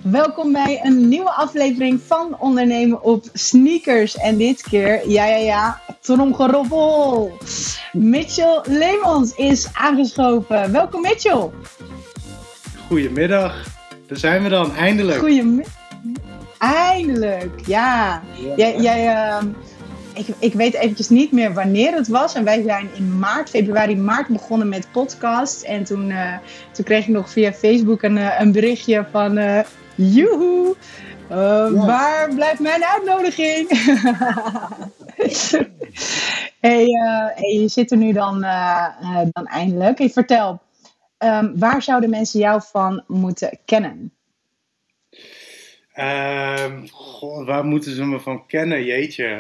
Welkom bij een nieuwe aflevering van Ondernemen op Sneakers. En dit keer, tromgeroffel. Mitchell Leemans is aangeschoven. Welkom Mitchell. Goedemiddag, daar zijn we dan, eindelijk. Eindelijk, ja. Ik weet eventjes niet meer wanneer het was. En wij zijn in februari, maart begonnen met podcast. En toen kreeg ik nog via Facebook een berichtje van... Joehoe, waar blijft mijn uitnodiging? Hey, je zit er nu dan eindelijk. Hey, vertel, waar zouden mensen jou van moeten kennen? Waar moeten ze me van kennen? Jeetje.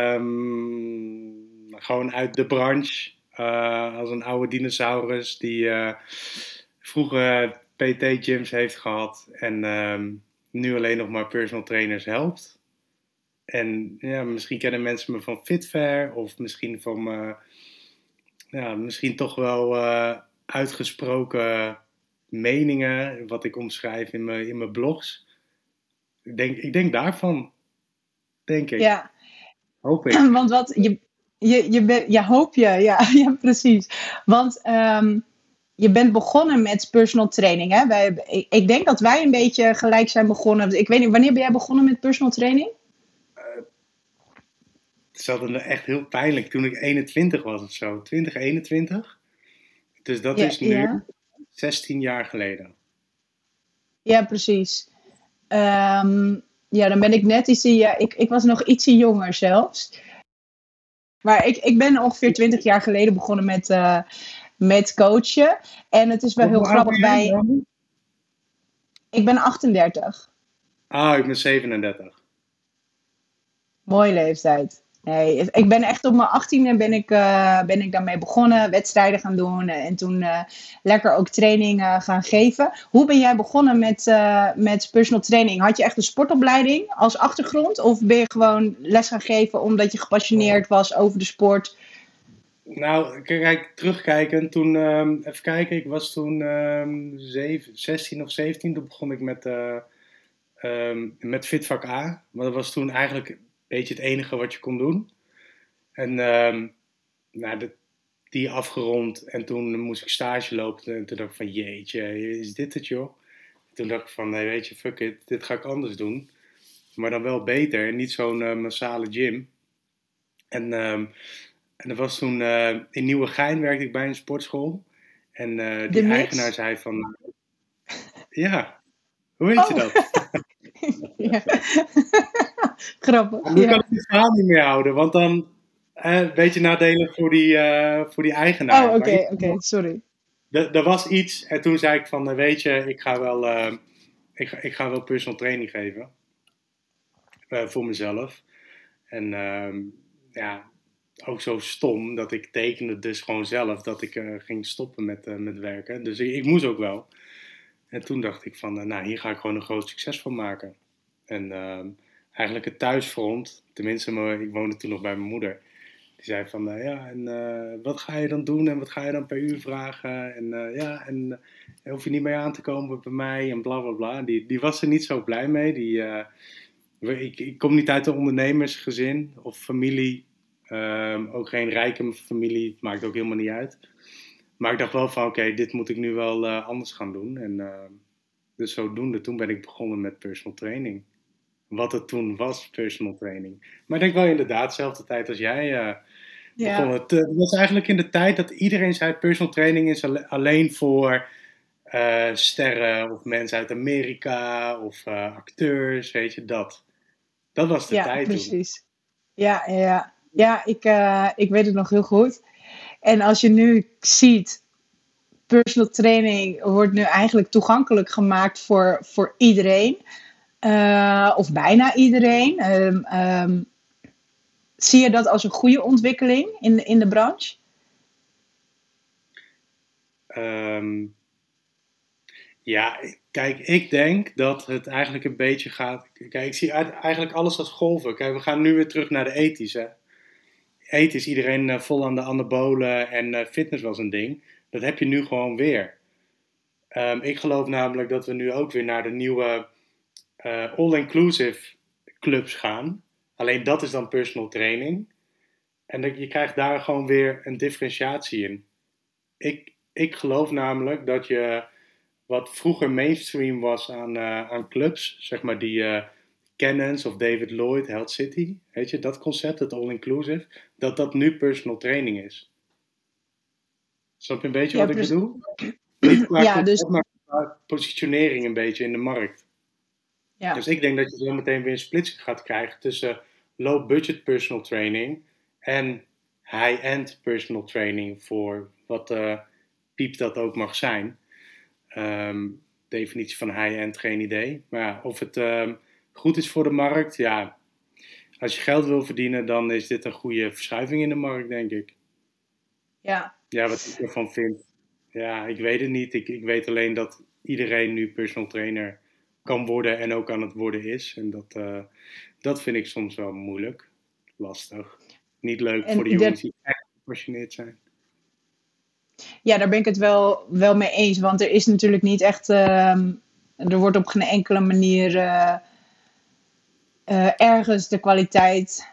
Gewoon uit de branche. Als een oude dinosaurus die vroeger PT-gyms heeft gehad. En nu alleen nog maar personal trainers helpt. En ja, misschien kennen mensen me van Fitfair. Of misschien van misschien toch wel uitgesproken meningen. Wat ik omschrijf in mijn blogs. Ik denk daarvan, denk ik. Ja. Hoop ik. Want wat, hoop je, ja, ja precies. Want je bent begonnen met personal training, hè? Ik denk dat wij een beetje gelijk zijn begonnen. Ik weet niet, wanneer ben jij begonnen met personal training? Het zat echt heel pijnlijk toen ik 21 was of zo. 2021. Dus dat is nu 16 jaar geleden. Ja, precies. Dan ben ik net iets... Ik was nog ietsje jonger zelfs. Maar ik ben ongeveer 20 jaar geleden begonnen met coachen. En het is wel heel grappig bij... Ik ben 38. Ik ben 37. Mooie leeftijd. Nee, ik ben echt op mijn 18e ben ik daarmee begonnen, wedstrijden gaan doen en toen lekker ook training gaan geven. Hoe ben jij begonnen met personal training? Had je echt een sportopleiding als achtergrond of ben je gewoon les gaan geven omdat je gepassioneerd was over de sport? Nou, kijk, terugkijken, toen, even kijken, ik was toen 16 of 17, toen begon ik met Fitvak A. Maar dat was toen eigenlijk een beetje het enige wat je kon doen. En die afgerond en toen moest ik stage lopen en toen dacht ik van jeetje, is dit het joh? Toen dacht ik van nee weet je, fuck it, dit ga ik anders doen. Maar dan wel beter en niet zo'n massale gym. En dat was toen in Nieuwegein werkte ik bij een sportschool. En die eigenaar zei van... Ja, hoe weet je dat? Ja. Grappig. Nu kan ik het verhaal niet meer houden, want dan een beetje nadelig voor die eigenaar. Oh, oké, sorry. Er was iets en toen zei ik van, weet je, ik ga wel personal training geven. Voor mezelf. En ook zo stom dat ik tekende dus gewoon zelf dat ik ging stoppen met werken. Dus ik moest ook wel. En toen dacht ik van, hier ga ik gewoon een groot succes van maken. En eigenlijk het thuisfront, tenminste ik woonde toen nog bij mijn moeder. Die zei van, wat ga je dan doen en wat ga je dan per uur vragen? En hoef je niet mee aan te komen bij mij en bla bla bla. Die was er niet zo blij mee. Ik kom niet uit een ondernemersgezin of familie. Ook geen rijke familie, maakt ook helemaal niet uit. Maar ik dacht wel van oké, dit moet ik nu wel anders gaan doen. En dus zodoende, toen ben ik begonnen met personal training. Wat het toen was, personal training. Maar ik denk wel inderdaad, dezelfde tijd als jij begon. Het was eigenlijk in de tijd dat iedereen zei personal training is alleen voor sterren of mensen uit Amerika of acteurs, weet je, dat. Dat was de tijd precies. toen. Ja, ik weet het nog heel goed. En als je nu ziet, personal training wordt nu eigenlijk toegankelijk gemaakt voor iedereen. Of bijna iedereen. Zie je dat als een goede ontwikkeling in de branche? Ja, kijk, ik denk dat het eigenlijk een beetje gaat... Kijk, ik zie eigenlijk alles als golven. Kijk, we gaan nu weer terug naar de ethisch, hè. Ethisch, iedereen vol aan de anabolen en fitness was een ding. Dat heb je nu gewoon weer. Ik geloof namelijk dat we nu ook weer naar de nieuwe all-inclusive clubs gaan. Alleen dat is dan personal training. En je krijgt daar gewoon weer een differentiatie in. Ik geloof namelijk dat je wat vroeger mainstream was aan clubs, zeg maar die Cannons of David Lloyd, Health City, weet je, dat concept, het all-inclusive, dat nu personal training is. Snap je een beetje Ja, wat ik bedoel? Niet qua ja, concept, dus maar qua positionering een beetje in de markt. ja. Dus ik denk dat je zo meteen weer een splitsing gaat krijgen tussen low-budget personal training en high-end personal training voor wat piep dat ook mag zijn. Definitie van high-end, geen idee. Maar ja, of het goed is voor de markt, ja. Als je geld wil verdienen, dan is dit een goede verschuiving in de markt, denk ik. Ja. Ja, wat ik ervan vind. Ja, ik weet het niet. Ik weet alleen dat iedereen nu personal trainer kan worden en ook aan het worden is. En dat vind ik soms wel moeilijk. Lastig. Niet leuk voor de En jongens die echt gepassioneerd zijn. ja, daar ben ik het wel mee eens. Want er is natuurlijk niet echt. Er wordt op geen enkele manier ergens de kwaliteit.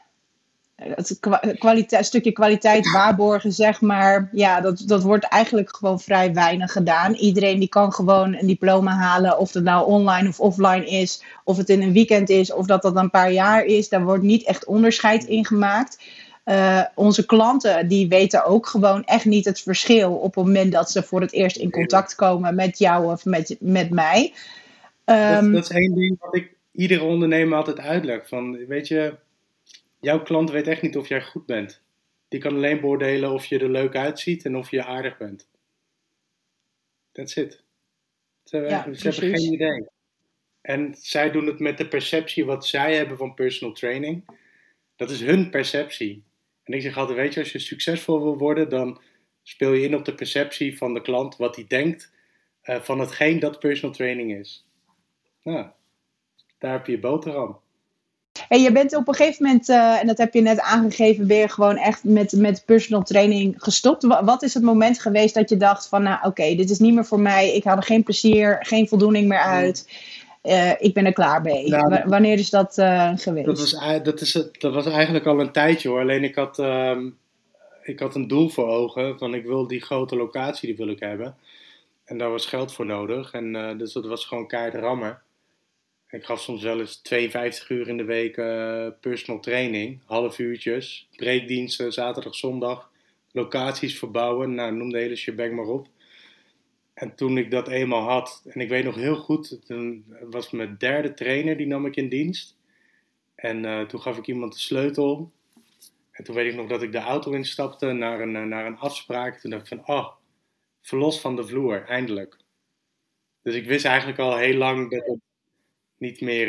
Stukje kwaliteit waarborgen, zeg maar. Ja, dat wordt eigenlijk gewoon vrij weinig gedaan. Iedereen die kan gewoon een diploma halen. Of het nou online of offline is. Of het in een weekend is. Of dat een paar jaar is. Daar wordt niet echt onderscheid in gemaakt. Onze klanten die weten ook gewoon echt niet het verschil op het moment dat ze voor het eerst in contact komen met jou of met mij. Dat is één ding wat ik iedere ondernemer altijd uitleg. Van, weet je, jouw klant weet echt niet of jij goed bent. Die kan alleen beoordelen of je er leuk uitziet en of je aardig bent. That's it. Ze hebben geen idee. En zij doen het met de perceptie wat zij hebben van personal training. Dat is hun perceptie. En ik zeg altijd, weet je, als je succesvol wil worden, dan speel je in op de perceptie van de klant, wat hij denkt van hetgeen dat personal training is. Nou, daar heb je je boterham. En je bent op een gegeven moment, en dat heb je net aangegeven, weer gewoon echt met personal training gestopt. Wat is het moment geweest dat je dacht van, nou oké, dit is niet meer voor mij. Ik haal er geen plezier, geen voldoening meer uit. Ik ben er klaar mee. Nou, wanneer is dat geweest? Dat was eigenlijk al een tijdje hoor. Alleen ik had een doel voor ogen. Van ik wil die grote locatie, die wil ik hebben. En daar was geld voor nodig. En dus dat was gewoon keihard rammen. Ik gaf soms wel eens 52 uur in de week personal training. Half uurtjes. Breekdiensten, zaterdag, zondag. Locaties verbouwen. Nou, noem de hele shebang maar op. En toen ik dat eenmaal had, en ik weet nog heel goed, toen was mijn derde trainer, die nam ik in dienst. En toen gaf ik iemand de sleutel. En toen weet ik nog dat ik de auto instapte naar een afspraak. Toen dacht ik van, verlos van de vloer, eindelijk. Dus ik wist eigenlijk al heel lang dat het niet meer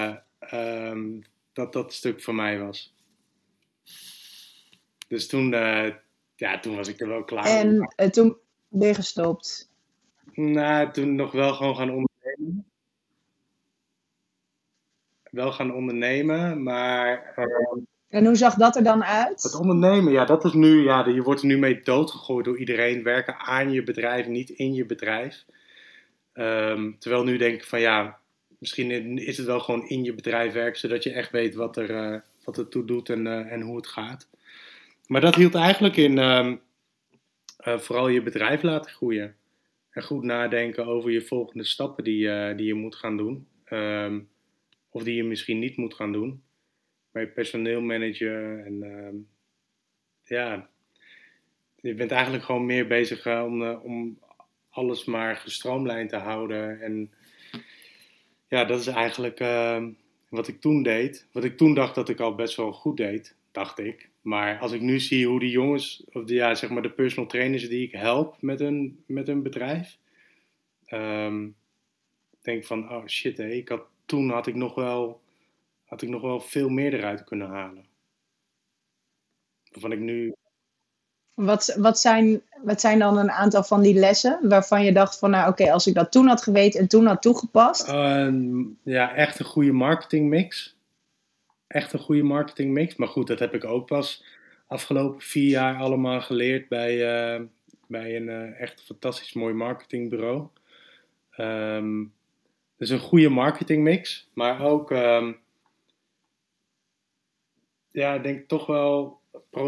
dat stuk voor mij was. Dus toen was ik er wel klaar mee. En toen ben je gestopt? Nou, toen nog wel gewoon gaan ondernemen. Wel gaan ondernemen, maar... En hoe zag dat er dan uit? Het ondernemen, ja, dat is nu... Ja, je wordt er nu mee doodgegooid door iedereen. Werken aan je bedrijf, niet in je bedrijf. Terwijl nu denk ik van ja, misschien is het wel gewoon in je bedrijf werken, zodat je echt weet wat het toe doet en hoe het gaat. Maar dat hield eigenlijk in vooral je bedrijf laten groeien. En goed nadenken over je volgende stappen die je moet gaan doen. Of die je misschien niet moet gaan doen. Bij personeelmanager en ja, je bent eigenlijk gewoon meer bezig om alles maar gestroomlijnd te houden. En ja, dat is eigenlijk wat ik toen deed. Wat ik toen dacht dat ik al best wel goed deed, dacht ik. Maar als ik nu zie hoe die jongens, of zeg maar de personal trainers die ik help met hun bedrijf, denk van, oh shit, hé, toen had ik nog wel veel meer eruit kunnen halen. Waarvan ik nu... Wat zijn dan een aantal van die lessen waarvan je dacht van, nou oké, als ik dat toen had geweten en toen had toegepast? Ja, echt een goede marketingmix. Echt een goede marketingmix. Maar goed, dat heb ik ook pas afgelopen 4 jaar allemaal geleerd bij een echt fantastisch mooi marketingbureau. Dus een goede marketingmix, maar ook, ik denk toch wel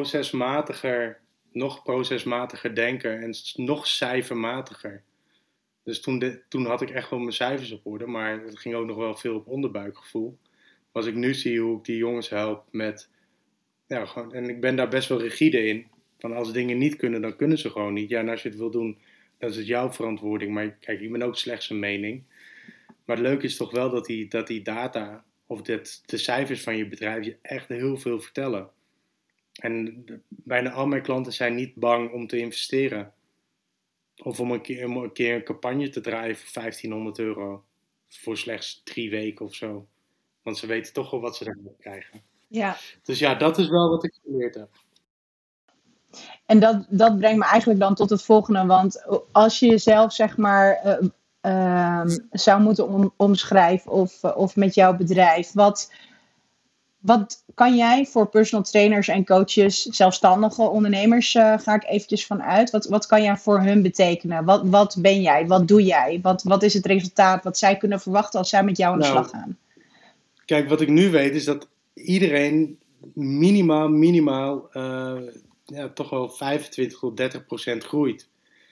nog procesmatiger denken en nog cijfermatiger. Dus toen had ik echt wel mijn cijfers op orde, maar het ging ook nog wel veel op onderbuikgevoel. Als ik nu zie hoe ik die jongens help met, ja, gewoon, en ik ben daar best wel rigide in. Van als dingen niet kunnen, dan kunnen ze gewoon niet. Ja, en als je het wil doen, dan is het jouw verantwoording. Maar kijk, ik ben ook slechts een mening. Maar het leuke is toch wel dat die data of de cijfers van je bedrijf je echt heel veel vertellen. En bijna al mijn klanten zijn niet bang om te investeren. Of om een keer een campagne te draaien voor €1500. Voor slechts 3 weken of zo. Want ze weten toch wel wat ze daarmee krijgen. Ja. Dus ja, dat is wel wat ik geleerd heb. En dat brengt me eigenlijk dan tot het volgende. Want als je jezelf zeg maar zou moeten omschrijven of met jouw bedrijf. Wat kan jij voor personal trainers en coaches, zelfstandige ondernemers, ga ik eventjes vanuit. Wat kan jij voor hun betekenen? Wat ben jij? Wat doe jij? Wat is het resultaat wat zij kunnen verwachten als zij met jou aan de slag gaan? Kijk, wat ik nu weet is dat iedereen minimaal toch wel 25-30% groeit.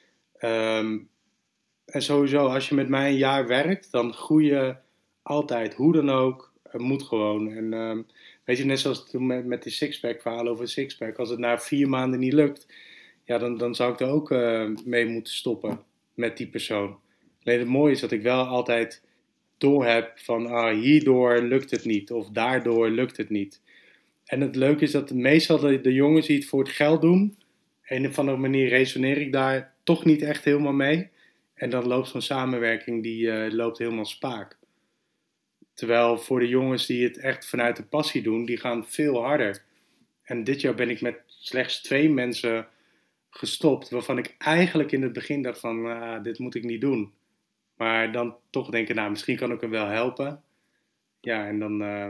En sowieso, als je met mij een jaar werkt, dan groei je altijd, hoe dan ook. Het moet gewoon. En weet je, net zoals toen met die sixpack, verhaal over een sixpack. Als het na 4 maanden niet lukt, ja, dan zou ik er ook mee moeten stoppen met die persoon. Alleen het mooie is dat ik wel altijd door heb van hierdoor lukt het niet of daardoor lukt het niet. En het leuke is dat meestal de jongens die het voor het geld doen, een of andere manier resoneer ik daar toch niet echt helemaal mee. En dan loopt zo'n samenwerking, die loopt helemaal spaak. Terwijl voor de jongens die het echt vanuit de passie doen, die gaan veel harder. En dit jaar ben ik met slechts 2 mensen gestopt, waarvan ik eigenlijk in het begin dacht van, dit moet ik niet doen. Maar dan toch denken, nou, misschien kan ik hem wel helpen. Ja, en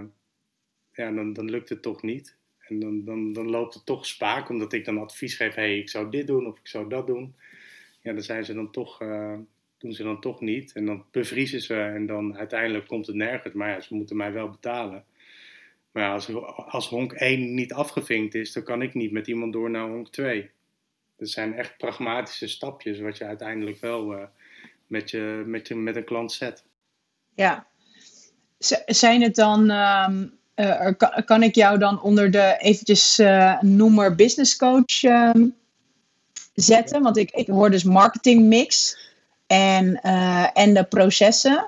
dan lukt het toch niet. En dan loopt het toch spaak, omdat ik dan advies geef, hey, ik zou dit doen of ik zou dat doen. Ja, dan zijn ze dan toch, doen ze dan toch niet. En dan bevriezen ze en dan uiteindelijk komt het nergens. Maar ja, ze moeten mij wel betalen. Maar ja, als honk 1 niet afgevinkt is, dan kan ik niet met iemand door naar honk 2. Dat zijn echt pragmatische stapjes wat je uiteindelijk wel met een klant zet. Ja. Zijn het dan, kan ik jou dan onder de eventjes noemer business coach zetten? Want ik hoor dus marketing mix en de processen.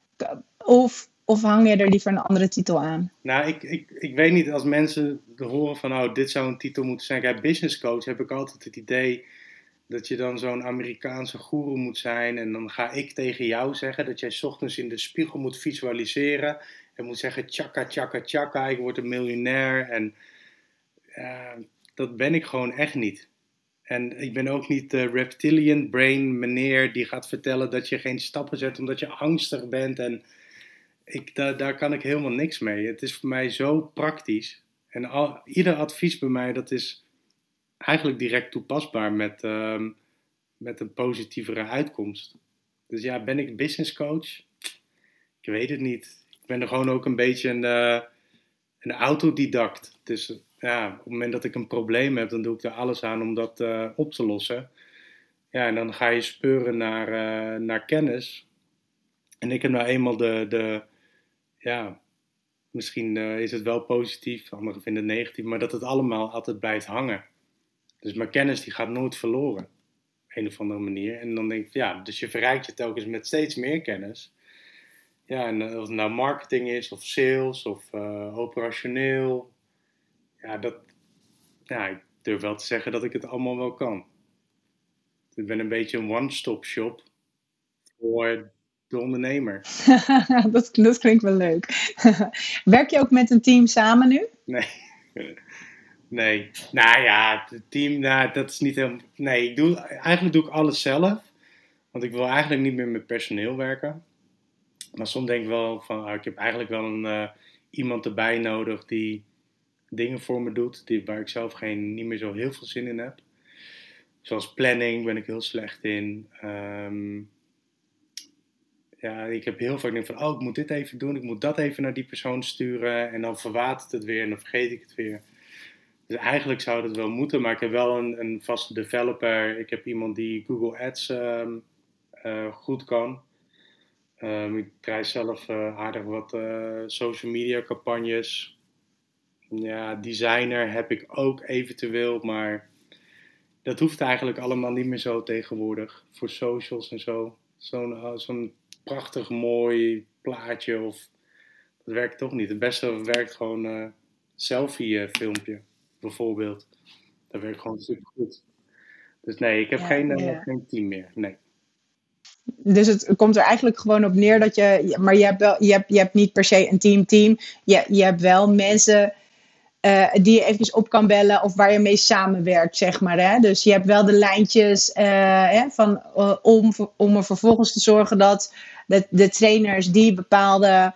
Of hang je er liever een andere titel aan? Nou, ik weet niet, als mensen horen van, dit zou een titel moeten zijn. Kijk, business coach heb ik altijd het idee dat je dan zo'n Amerikaanse goeroe moet zijn. En dan ga ik tegen jou zeggen dat jij 's ochtends in de spiegel moet visualiseren. En moet zeggen, tjaka, tjaka, tjaka, ik word een miljonair. En dat ben ik gewoon echt niet. En ik ben ook niet de reptilian brain meneer die gaat vertellen dat je geen stappen zet omdat je angstig bent. En daar kan ik helemaal niks mee. Het is voor mij zo praktisch. En ieder advies bij mij, dat is eigenlijk direct toepasbaar met een positievere uitkomst. Dus ja, ben ik business coach? Ik weet het niet. Ik ben er gewoon ook een beetje een autodidact. Dus ja, op het moment dat ik een probleem heb, dan doe ik er alles aan om dat op te lossen. Ja, en dan ga je speuren naar kennis. En ik heb nou eenmaal misschien is het wel positief, anderen vinden het negatief, maar dat het allemaal altijd blijft hangen. Dus mijn kennis die gaat nooit verloren. Op een of andere manier. En dan denk ik, dus je verrijkt je telkens met steeds meer kennis. Ja, en of het nou marketing is, of sales, of operationeel. Ik durf wel te zeggen dat ik het allemaal wel kan. Ik ben een beetje een one-stop shop voor de ondernemer. Dat klinkt wel leuk. Werk je ook met een team samen nu? Nee. Nee. Nou ja, het team, dat is niet helemaal... Nee, eigenlijk doe ik alles zelf. Want ik wil eigenlijk niet meer met personeel werken. Maar soms denk ik wel van, ik heb eigenlijk wel iemand erbij nodig die dingen voor me doet, waar ik zelf niet meer zo heel veel zin in heb. Zoals planning ben ik heel slecht in. ja, ik heb heel vaak denk van, ik moet dit even doen, ik moet dat even naar die persoon sturen en dan verwatert het weer en dan vergeet ik het weer. Dus eigenlijk zou dat wel moeten, maar ik heb wel een vaste developer. Ik heb iemand die Google Ads goed kan. Ik draai zelf aardig wat social media campagnes. Ja, designer heb ik ook eventueel, maar dat hoeft eigenlijk allemaal niet meer zo tegenwoordig. Voor socials en zo. Zo'n prachtig mooi plaatje of dat werkt toch niet. Het beste werkt gewoon selfie filmpje bijvoorbeeld. Dat werkt gewoon super goed. Dus nee, ik heb geen team meer. Nee. Dus het komt er eigenlijk gewoon op neer dat maar je hebt niet per se een team. Je hebt wel mensen die je eventjes op kan bellen of waar je mee samenwerkt, zeg maar. Hè? Dus je hebt wel de lijntjes om er vervolgens te zorgen dat de trainers die bepaalde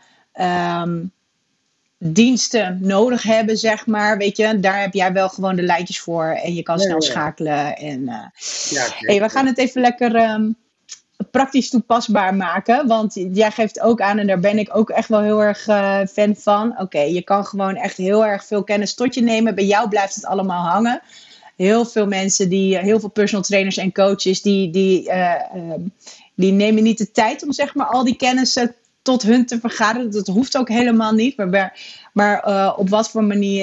diensten nodig hebben, zeg maar, weet je, daar heb jij wel gewoon de lijntjes voor en je kan snel schakelen. We gaan het even lekker praktisch toepasbaar maken, want jij geeft ook aan, en daar ben ik ook echt wel heel erg fan van. Oké, je kan gewoon echt heel erg veel kennis tot je nemen. Bij jou blijft het allemaal hangen. Heel veel mensen, heel veel personal trainers en coaches, die nemen niet de tijd om zeg maar al die kennis tot hun te vergaderen. Dat hoeft ook helemaal niet. Maar op wat voor manier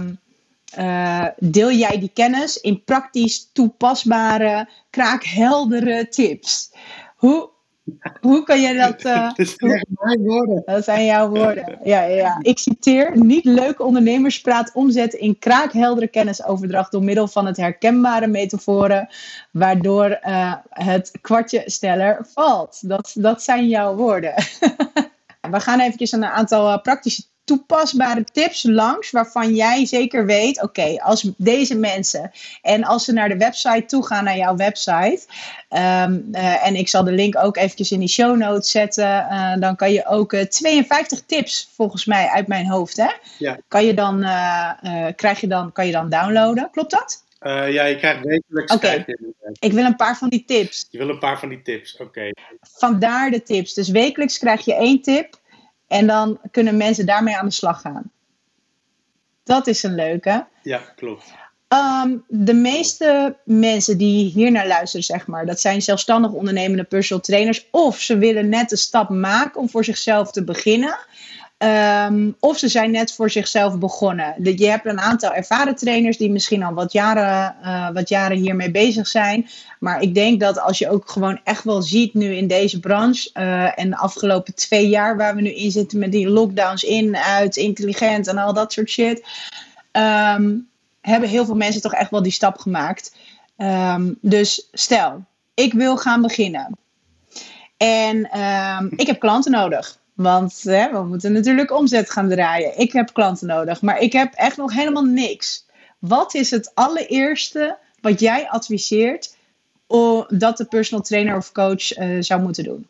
deel jij die kennis in praktisch toepasbare, kraakheldere tips? Hoe kan je dat... dat zijn mijn woorden. Dat zijn jouw woorden. Ja. Ik citeer: niet leuke ondernemerspraat omzetten in kraakheldere kennisoverdracht door middel van het herkenbare metaforen, waardoor het kwartje sneller valt. Dat zijn jouw woorden. We gaan eventjes een aantal praktische toepasbare tips langs, waarvan jij zeker weet, oké, als deze mensen, en als ze naar de website toe gaan, naar jouw website, en ik zal de link ook eventjes in die show notes zetten, dan kan je ook 52 tips, volgens mij, uit mijn hoofd, hè? Ja. Kan je dan downloaden, klopt dat? Ja, je krijgt wekelijks. Oké. Ik wil een paar van die tips. Je wil een paar van die tips, oké. Vandaar de tips. Dus wekelijks krijg je 1 tip. En dan kunnen mensen daarmee aan de slag gaan. Dat is een leuke. Ja, klopt. De meeste mensen die hier naar luisteren, zeg maar, dat zijn zelfstandig ondernemende personal trainers. Of ze willen net de stap maken om voor zichzelf te beginnen. Of ze zijn net voor zichzelf begonnen. Je hebt een aantal ervaren trainers die misschien al wat jaren hiermee bezig zijn. Maar ik denk dat als je ook gewoon echt wel ziet nu in deze branche, en de afgelopen 2 jaar waar we nu in zitten met die lockdowns in, uit, intelligent en al dat soort shit, hebben heel veel mensen toch echt wel die stap gemaakt. Dus stel, ik wil gaan beginnen. En ik heb klanten nodig. Want we moeten natuurlijk omzet gaan draaien. Ik heb klanten nodig, maar ik heb echt nog helemaal niks. Wat is het allereerste wat jij adviseert dat de personal trainer of coach zou moeten doen?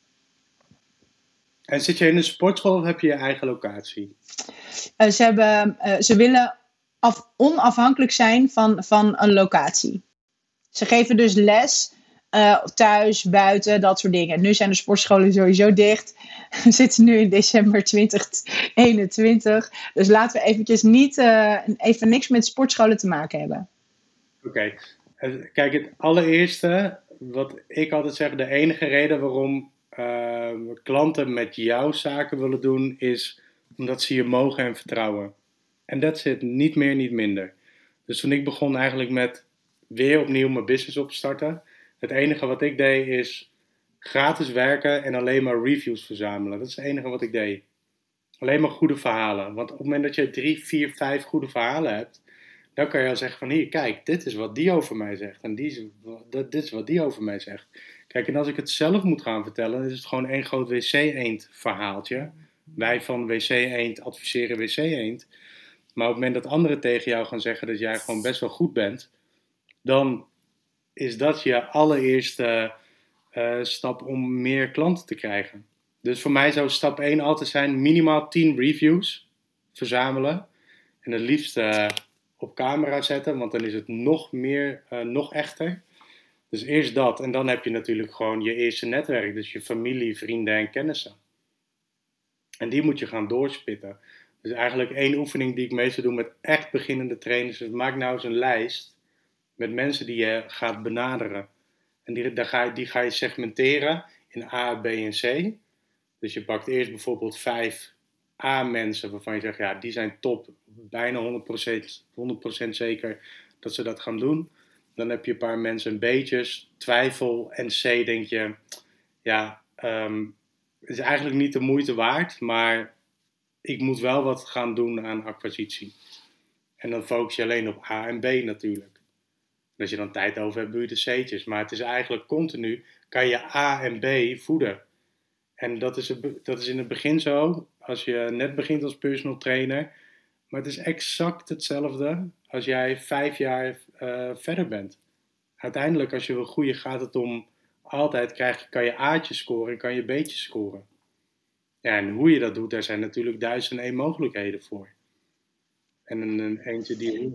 En zit je in een sportschool of heb je je eigen locatie? Ze willen onafhankelijk zijn van een locatie. Ze geven dus les thuis, buiten, dat soort dingen. Nu zijn de sportscholen sowieso dicht. We zitten nu in december 2021. Dus laten we eventjes even niks met sportscholen te maken hebben. Oké. Kijk, het allereerste, wat ik altijd zeg, de enige reden waarom klanten met jou zaken willen doen, is omdat ze je mogen en vertrouwen. En dat zit niet meer, niet minder. Dus toen ik begon eigenlijk met weer opnieuw mijn business op te starten, het enige wat ik deed is gratis werken en alleen maar reviews verzamelen. Dat is het enige wat ik deed. Alleen maar goede verhalen. Want op het moment dat je 3, 4, 5 goede verhalen hebt, dan kan je al zeggen van hier, kijk, dit is wat die over mij zegt. En dit is wat die over mij zegt. Kijk, en als ik het zelf moet gaan vertellen, dan is het gewoon één groot wc-eend verhaaltje. Wij van wc-eend adviseren wc-eend. Maar op het moment dat anderen tegen jou gaan zeggen dat jij gewoon best wel goed bent, dan is dat je allereerste stap om meer klanten te krijgen. Dus voor mij zou stap 1 altijd zijn minimaal 10 reviews verzamelen. En het liefst op camera zetten, want dan is het nog echter. Dus eerst dat. En dan heb je natuurlijk gewoon je eerste netwerk. Dus je familie, vrienden en kennissen. En die moet je gaan doorspitten. Dus eigenlijk één oefening die ik meestal doe met echt beginnende trainers. Dus maak nou eens een lijst met mensen die je gaat benaderen. En die ga je segmenteren in A, B en C. Dus je pakt eerst bijvoorbeeld 5 A-mensen waarvan je zegt, ja, die zijn top. Bijna 100% zeker dat ze dat gaan doen. Dan heb je een paar mensen een beetjes, twijfel. En C denk je, ja, het is eigenlijk niet de moeite waard. Maar ik moet wel wat gaan doen aan acquisitie. En dan focus je alleen op A en B natuurlijk. En als je dan tijd over hebt, doe je de C'tjes. Maar het is eigenlijk continu, kan je A en B voeden. En dat is in het begin zo, als je net begint als personal trainer. Maar het is exact hetzelfde als jij 5 jaar verder bent. Uiteindelijk, als je wil groeien, gaat het om altijd kan je A'tjes scoren en kan je B'tjes scoren. Ja, en hoe je dat doet, daar zijn natuurlijk 1001 mogelijkheden voor. En een eentje die...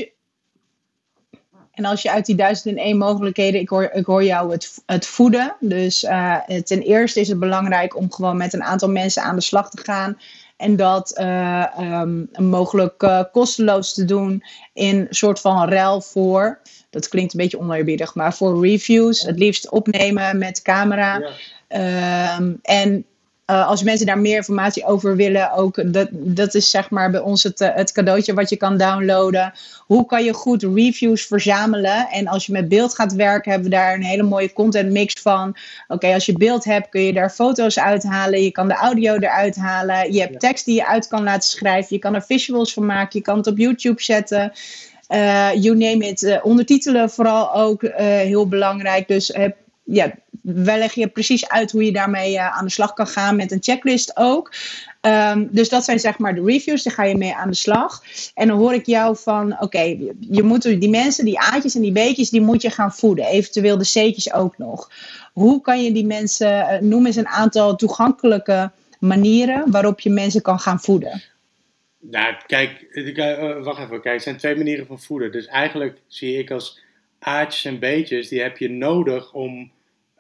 En als je uit die 1001 mogelijkheden, ik hoor jou het voeden. Dus ten eerste is het belangrijk om gewoon met een aantal mensen aan de slag te gaan. En dat mogelijk kosteloos te doen in een soort van ruil voor, dat klinkt een beetje oneerbiedig, maar voor reviews. Het liefst opnemen met camera. Ja. En als mensen daar meer informatie over willen, ook dat is zeg maar bij ons het cadeautje wat je kan downloaden. Hoe kan je goed reviews verzamelen? En als je met beeld gaat werken, hebben we daar een hele mooie content mix van. Oké, als je beeld hebt, kun je daar foto's uithalen. Je kan de audio eruit halen. Je hebt tekst die je uit kan laten schrijven. Je kan er visuals van maken. Je kan het op YouTube zetten. You name it. Ondertitelen vooral ook heel belangrijk. Dus wij leggen je precies uit hoe je daarmee aan de slag kan gaan met een checklist ook. Dus dat zijn zeg maar de reviews, daar ga je mee aan de slag. En dan hoor ik jou van, oké, je moet die mensen, die A'tjes en die B'tjes, die moet je gaan voeden. Eventueel de C'tjes ook nog. Hoe kan je die mensen, noem eens een aantal toegankelijke manieren waarop je mensen kan gaan voeden. Nou, kijk, wacht even. Kijk, het zijn 2 manieren van voeden. Dus eigenlijk zie ik als A'tjes en B'tjes, die heb je nodig om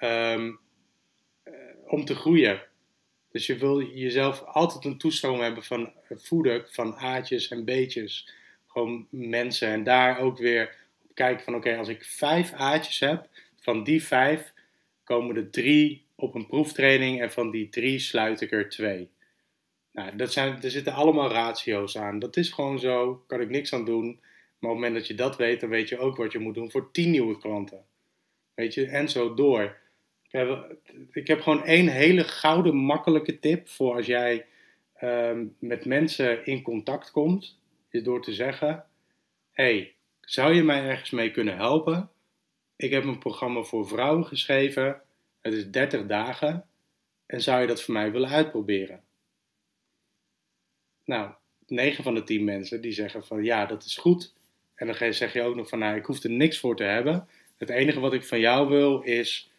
te groeien. Dus je wil jezelf altijd een toestroom hebben van voeden, van A'tjes en B'tjes. Gewoon mensen. En daar ook weer kijken van oké, als ik 5 A'tjes heb, van die 5 komen er 3 op een proeftraining en van die 3 sluit ik er 2. Nou, er zitten allemaal ratio's aan. Dat is gewoon zo, kan ik niks aan doen. Maar op het moment dat je dat weet, dan weet je ook wat je moet doen voor 10 nieuwe klanten. Weet je, en zo door. Ik heb gewoon 1 hele gouden, makkelijke tip voor als jij met mensen in contact komt. Is door te zeggen, hey, zou je mij ergens mee kunnen helpen? Ik heb een programma voor vrouwen geschreven. Het is 30 dagen. En zou je dat voor mij willen uitproberen? Nou, 9 van de 10 mensen die zeggen van ja, dat is goed. En dan zeg je ook nog van nou, ik hoef er niks voor te hebben. Het enige wat ik van jou wil is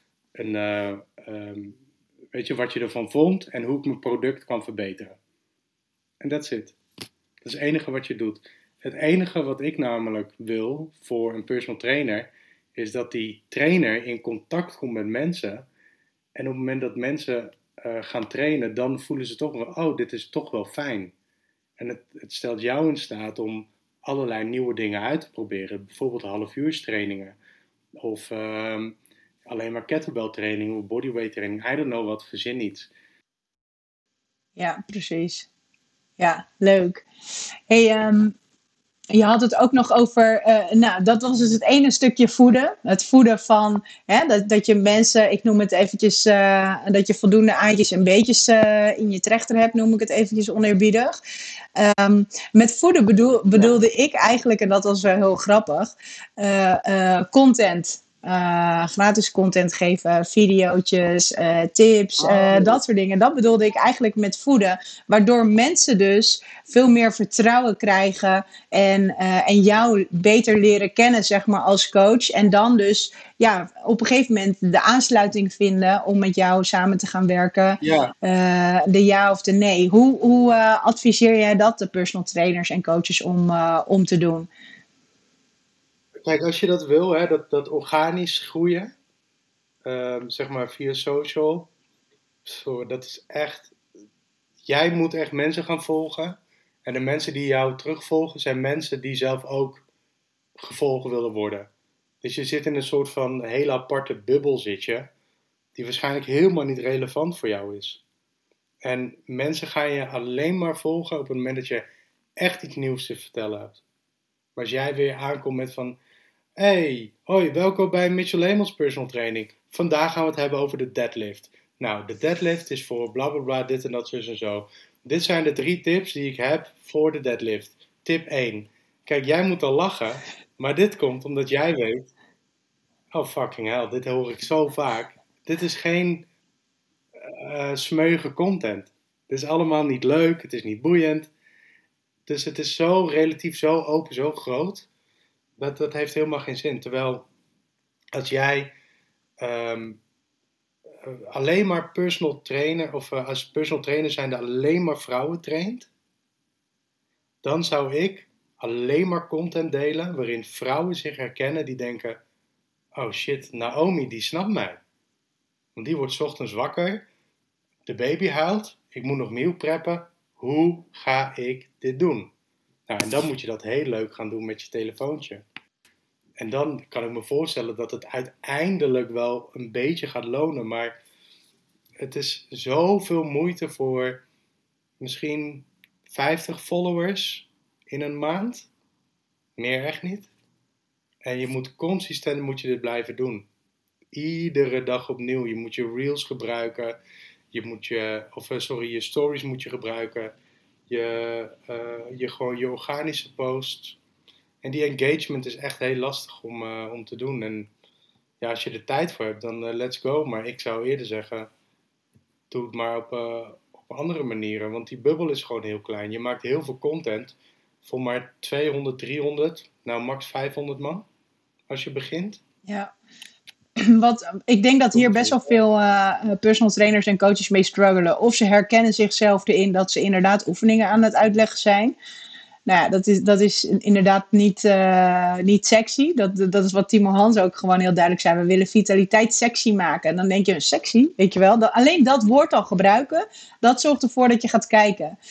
weet je wat je ervan vond en hoe ik mijn product kan verbeteren. En that's it. Dat is het enige wat je doet. Het enige wat ik namelijk wil voor een personal trainer is dat die trainer in contact komt met mensen. En op het moment dat mensen gaan trainen, dan voelen ze toch wel, oh, dit is toch wel fijn. En het stelt jou in staat om allerlei nieuwe dingen uit te proberen. Bijvoorbeeld halfuurstrainingen. Of alleen maar kettlebell training of bodyweight training. I don't know wat, verzin iets. Ja, precies. Ja, leuk. Hey, je had het ook nog over, dat was dus het ene stukje voeden. Het voeden van, dat je mensen, ik noem het eventjes, dat je voldoende A'tjes en B'tjes in je trechter hebt, noem ik het eventjes oneerbiedig. Met voeden bedoelde ik eigenlijk, en dat was wel heel grappig, content. Gratis content geven, videootjes, tips, dat soort dingen. Dat bedoelde ik eigenlijk met voeden. Waardoor mensen dus veel meer vertrouwen krijgen en jou beter leren kennen, zeg maar, als coach. En dan dus op een gegeven moment de aansluiting vinden om met jou samen te gaan werken. Ja. De ja of de nee. Hoe adviseer jij dat de personal trainers en coaches om te doen? Kijk, als je dat wil, hè, dat organisch groeien, zeg maar via social, dat is echt, jij moet echt mensen gaan volgen. En de mensen die jou terugvolgen zijn mensen die zelf ook gevolgd willen worden. Dus je zit in een soort van hele aparte bubbel zit je, die waarschijnlijk helemaal niet relevant voor jou is. En mensen gaan je alleen maar volgen op het moment dat je echt iets nieuws te vertellen hebt. Maar als jij weer aankomt met van, hey, hoi, welkom bij Mitchell Hemels Personal Training. Vandaag gaan we het hebben over de deadlift. Nou, de deadlift is voor bla bla bla, dit en dat, zus en zo. Dit zijn de 3 tips die ik heb voor de deadlift. Tip 1. Kijk, jij moet al lachen, maar dit komt omdat jij weet, oh fucking hell, dit hoor ik zo vaak. Dit is geen smeuïge content. Het is allemaal niet leuk, het is niet boeiend. Dus het is zo relatief, zo open, zo groot. Dat heeft helemaal geen zin. Terwijl als jij alleen maar personal trainer, of als personal trainer zijnde alleen maar vrouwen traint, dan zou ik alleen maar content delen waarin vrouwen zich herkennen die denken, oh shit, Naomi die snapt mij. Want die wordt 's ochtends wakker, de baby huilt, ik moet nog meal preppen, hoe ga ik dit doen? Nou, en dan moet je dat heel leuk gaan doen met je telefoontje. En dan kan ik me voorstellen dat het uiteindelijk wel een beetje gaat lonen, maar het is zoveel moeite voor misschien 50 followers in een maand. Meer echt niet. En je moet consistent moet je dit blijven doen. Iedere dag opnieuw. Je moet je reels gebruiken. Je moet je stories moet je gebruiken. Gewoon je organische posts. En die engagement is echt heel lastig om te doen. En ja, als je er tijd voor hebt, dan let's go. Maar ik zou eerder zeggen, doe het maar op andere manieren. Want die bubbel is gewoon heel klein. Je maakt heel veel content voor maar 200, 300, nou max 500 man. Als je begint. Ja. Ik denk dat hier best wel veel personal trainers en coaches mee struggelen. Of ze herkennen zichzelf erin dat ze inderdaad oefeningen aan het uitleggen zijn. Nou ja, dat is inderdaad niet sexy. Dat is wat Timo Hans ook gewoon heel duidelijk zei. We willen vitaliteit sexy maken. En dan denk je, sexy, weet je wel. Alleen dat woord al gebruiken, dat zorgt ervoor dat je gaat kijken.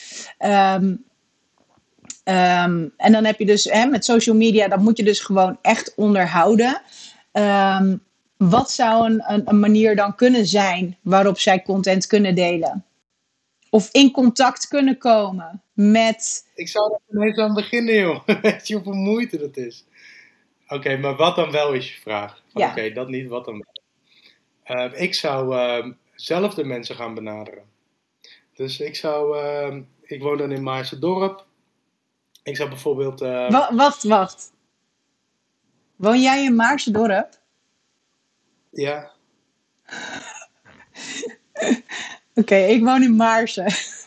En dan heb je dus met social media, dat moet je dus gewoon echt onderhouden. Wat zou een manier dan kunnen zijn waarop zij content kunnen delen? Of in contact kunnen komen met... Ik zou er ineens aan beginnen, joh. Weet je hoeveel moeite dat is? Oké, maar wat dan wel is je vraag? Ja. Oké, dat niet, wat dan wel? Ik zou zelf de mensen gaan benaderen. Dus ik woon dan in Maarsen-Dorp. Ik zou bijvoorbeeld... Wacht. Woon jij in Maarsen-Dorp? Ja. Oké, ik woon in Maarsen.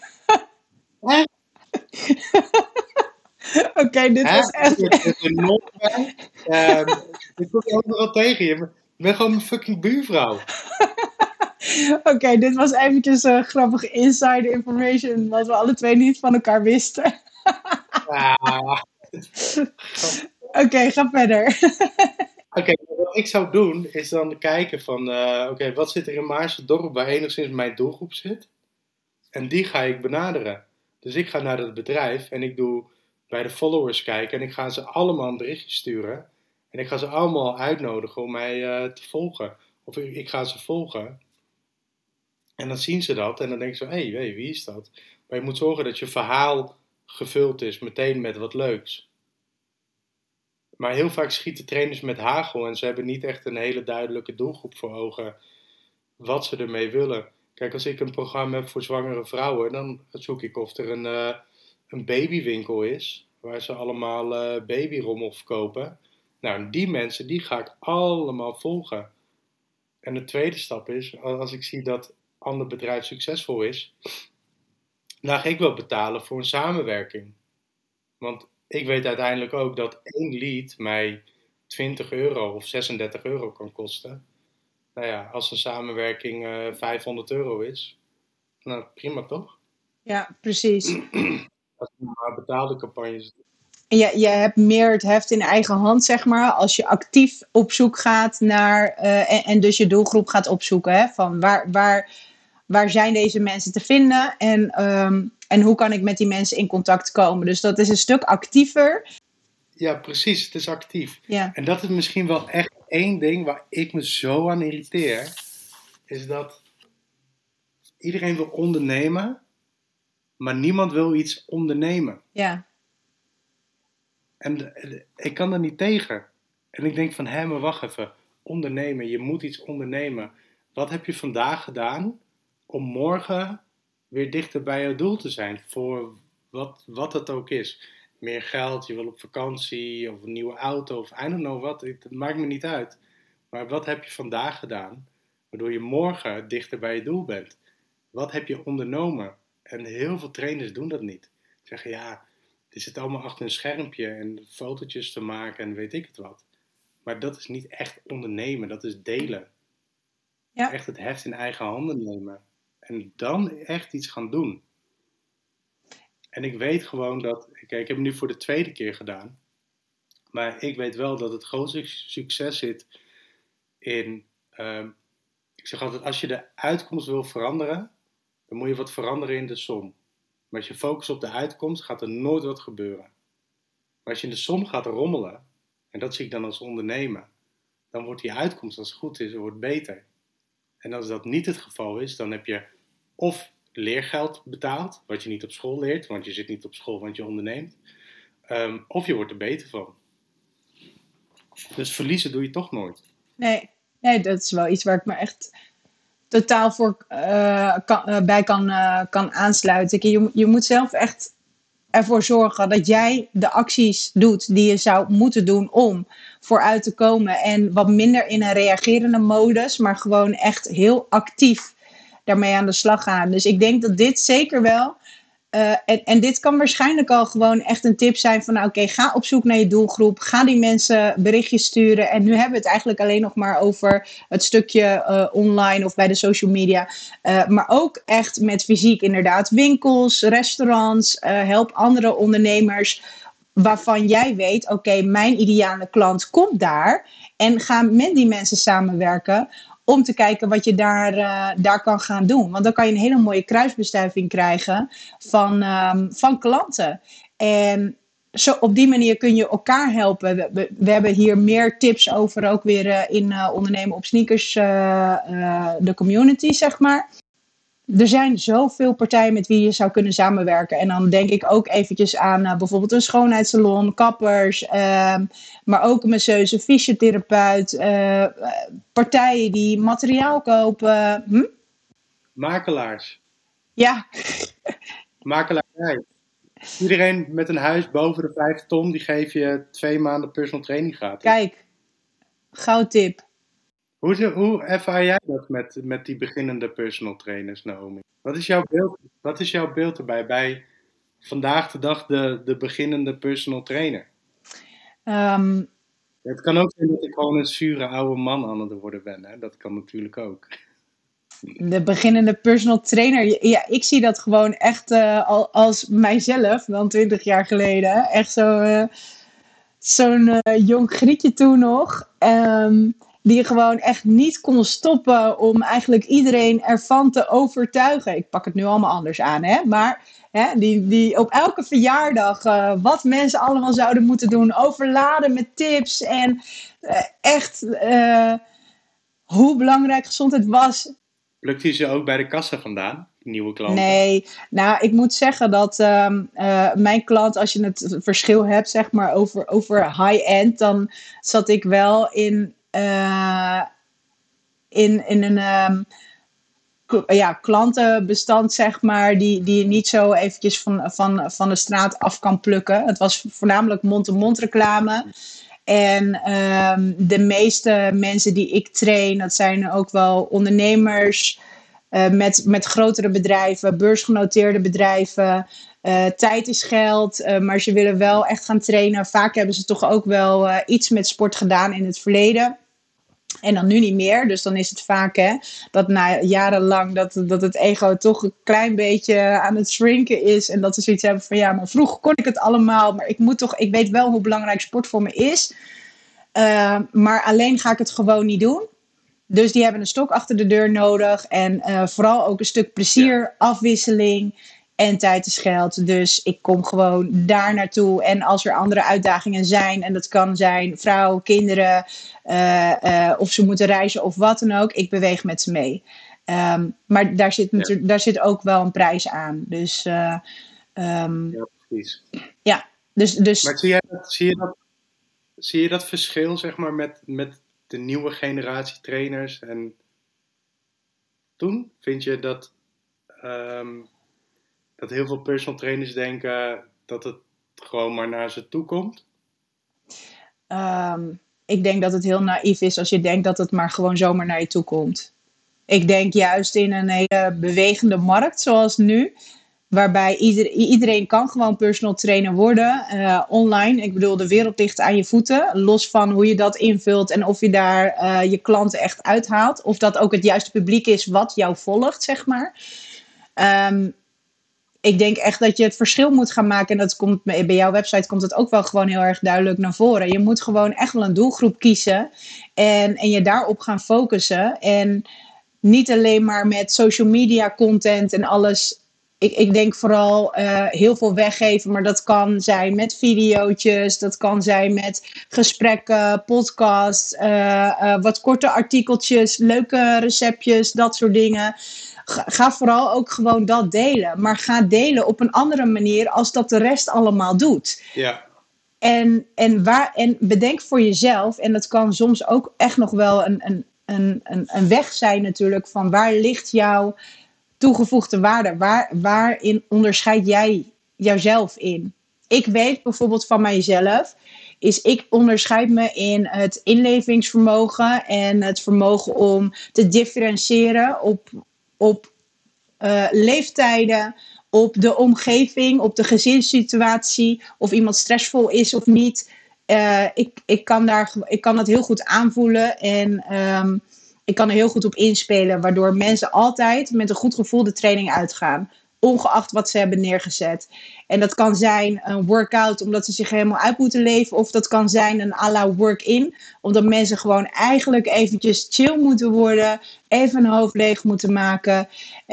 Oké, dit was echt... Ik kom overal tegen je. Je bent gewoon mijn fucking buurvrouw. Oké, dit was eventjes grappige insider information, wat we alle twee niet van elkaar wisten. Oké, ga verder. Oké, wat ik zou doen is dan kijken van, wat zit er in Maarsen-Dorp waar enigszins mijn doelgroep zit? En die ga ik benaderen. Dus ik ga naar het bedrijf en ik doe bij de followers kijken en ik ga ze allemaal een berichtje sturen. En ik ga ze allemaal uitnodigen om mij te volgen. Of ik ga ze volgen. En dan zien ze dat en dan denken ze, hé, wie is dat? Maar je moet zorgen dat je verhaal gevuld is, meteen met wat leuks. Maar heel vaak schieten trainers met hagel en ze hebben niet echt een hele duidelijke doelgroep voor ogen wat ze ermee willen. Kijk, als ik een programma heb voor zwangere vrouwen, dan zoek ik of er een babywinkel is, waar ze allemaal babyrommel verkopen. Nou, die mensen, die ga ik allemaal volgen. En de tweede stap is, als ik zie dat een ander bedrijf succesvol is, dan ga ik wel betalen voor een samenwerking. Want ik weet uiteindelijk ook dat 1 lead mij 20 euro of 36 euro kan kosten. Nou ja, als een samenwerking 500 euro is, nou prima toch? Ja, precies. Als je maar betaalde campagnes doet. je hebt meer het heft in eigen hand, zeg maar. Als je actief op zoek gaat naar... en dus je doelgroep gaat opzoeken. Hè, van waar zijn deze mensen te vinden? En hoe kan ik met die mensen in contact komen? Dus dat is een stuk actiever. Ja, precies. Het is actief. Ja. En dat is misschien wel echt één ding waar ik me zo aan irriteer. Is dat iedereen wil ondernemen, maar niemand wil iets ondernemen. Ja. En ik kan er niet tegen. En ik denk van, maar wacht even. Ondernemen, je moet iets ondernemen. Wat heb je vandaag gedaan om morgen weer dichter bij jouw doel te zijn? Voor wat het ook is. Meer geld, je wil op vakantie, of een nieuwe auto, of I don't know wat. Het maakt me niet uit. Maar wat heb je vandaag gedaan, waardoor je morgen dichter bij je doel bent? Wat heb je ondernomen? En heel veel trainers doen dat niet. Zeggen, ja, die zit allemaal achter een schermpje en fotootjes te maken en weet ik het wat. Maar dat is niet echt ondernemen, dat is delen. Ja. Echt het heft in eigen handen nemen. En dan echt iets gaan doen. En ik weet gewoon dat... Kijk, ik heb het nu voor de tweede keer gedaan. Maar ik weet wel dat het grootste succes zit in... ik zeg altijd, als je de uitkomst wil veranderen, dan moet je wat veranderen in de som. Maar als je focust op de uitkomst, gaat er nooit wat gebeuren. Maar als je in de som gaat rommelen, en dat zie ik dan als ondernemer, dan wordt die uitkomst, als het goed is, wordt beter. En als dat niet het geval is, dan heb je of leergeld betaald, wat je niet op school leert, want je zit niet op school, want je onderneemt. Of je wordt er beter van. Dus verliezen doe je toch nooit. Nee, dat is wel iets waar ik me echt totaal bij kan aansluiten. Je moet zelf echt ervoor zorgen dat jij de acties doet die je zou moeten doen om vooruit te komen. En wat minder in een reagerende modus, maar gewoon echt heel actief daarmee aan de slag gaan. Dus ik denk dat dit zeker wel... En dit kan waarschijnlijk al gewoon echt een tip zijn van... Oké, ga op zoek naar je doelgroep. Ga die mensen berichtjes sturen. En nu hebben we het eigenlijk alleen nog maar over het stukje online of bij de social media. Maar ook echt met fysiek inderdaad. Winkels, restaurants. Help andere ondernemers waarvan jij weet... Oké, mijn ideale klant komt daar. En ga met die mensen samenwerken... om te kijken wat je daar kan gaan doen. Want dan kan je een hele mooie kruisbestuiving krijgen van klanten. En zo, op die manier kun je elkaar helpen. We hebben hier meer tips over, ook weer in Ondernemen op Sneakers, de community, zeg maar. Er zijn zoveel partijen met wie je zou kunnen samenwerken. En dan denk ik ook eventjes aan bijvoorbeeld een schoonheidssalon, kappers, maar ook een masseuse, fysiotherapeut, partijen die materiaal kopen. Makelaars. Ja. Makelaarij. Iedereen met een huis boven de 5 ton, die geef je 2 maanden personal training gratis. Kijk, goudtip. Hoe ervaar jij dat met die beginnende personal trainers, Naomi? Wat is jouw beeld erbij bij vandaag de dag de beginnende personal trainer? Het kan ook zijn dat ik gewoon een zure oude man aan het worden ben. Hè? Dat kan natuurlijk ook. De beginnende personal trainer. Ja, ik zie dat gewoon echt als mijzelf, dan 20 jaar geleden. Echt zo'n jong grietje toen nog. Die gewoon echt niet kon stoppen om eigenlijk iedereen ervan te overtuigen. Ik pak het nu allemaal anders aan, hè. Maar die op elke verjaardag wat mensen allemaal zouden moeten doen. Overladen met tips. En echt hoe belangrijk gezondheid was. Plukt hij ze ook bij de kassa vandaan? Nieuwe klanten? Nee, nou ik moet zeggen dat mijn klant, als je het verschil hebt zeg maar over high-end, dan zat ik wel in een klantenbestand zeg maar, die je niet zo eventjes van de straat af kan plukken. Het was voornamelijk mond-to-mond reclame. En de meeste mensen die ik train, dat zijn ook wel ondernemers met grotere bedrijven, beursgenoteerde bedrijven. Tijd is geld, maar ze willen wel echt gaan trainen. Vaak hebben ze toch ook wel iets met sport gedaan in het verleden. En dan nu niet meer. Dus dan is het vaak dat na jarenlang dat het ego toch een klein beetje aan het shrinken is. En dat ze zoiets hebben van ja, maar vroeger kon ik het allemaal. Maar ik weet wel hoe belangrijk sport voor me is. Maar alleen ga ik het gewoon niet doen. Dus die hebben een stok achter de deur nodig. En vooral ook een stuk plezier, afwisseling en tijd is geld. Dus ik kom gewoon daar naartoe. En als er andere uitdagingen zijn, en dat kan zijn vrouw, kinderen, of ze moeten reizen of wat dan ook. Ik beweeg met ze mee. Maar daar zit ook wel een prijs aan. Dus, ja, precies. Ja, dus... Maar zie je dat verschil, zeg maar, met de nieuwe generatie trainers en toen? Vind je dat heel veel personal trainers denken dat het gewoon maar naar ze toe komt? Ik denk dat het heel naïef is als je denkt dat het maar gewoon zomaar naar je toe komt. Ik denk juist in een hele bewegende markt zoals nu, waarbij iedereen kan gewoon personal trainer worden, online. Ik bedoel, de wereld ligt aan je voeten, los van hoe je dat invult en of je daar je klanten echt uithaalt. Of dat ook het juiste publiek is wat jou volgt, zeg maar. Ik denk echt dat je het verschil moet gaan maken. En dat komt bij jouw website komt het ook wel gewoon heel erg duidelijk naar voren. Je moet gewoon echt wel een doelgroep kiezen. En je daarop gaan focussen. En niet alleen maar met social media content en alles. Ik denk vooral heel veel weggeven. Maar dat kan zijn met video's. Dat kan zijn met gesprekken, podcasts. Wat korte artikeltjes, leuke receptjes, dat soort dingen. Ga vooral ook gewoon dat delen. Maar ga delen op een andere manier als dat de rest allemaal doet. Ja. En bedenk voor jezelf, en dat kan soms ook echt nog wel een weg zijn natuurlijk, van waar ligt jouw toegevoegde waarde? Waarin onderscheid jij jouzelf in? Ik weet bijvoorbeeld van mijzelf, ik onderscheid me in het inlevingsvermogen en het vermogen om te differentiëren op leeftijden, op de omgeving, op de gezinssituatie, of iemand stressvol is of niet. Ik kan dat heel goed aanvoelen en ik kan er heel goed op inspelen, waardoor mensen altijd met een goed gevoel de training uitgaan, ongeacht wat ze hebben neergezet. En dat kan zijn een workout omdat ze zich helemaal uit moeten leven, of dat kan zijn een à la work-in, omdat mensen gewoon eigenlijk eventjes chill moeten worden, even een hoofd leeg moeten maken.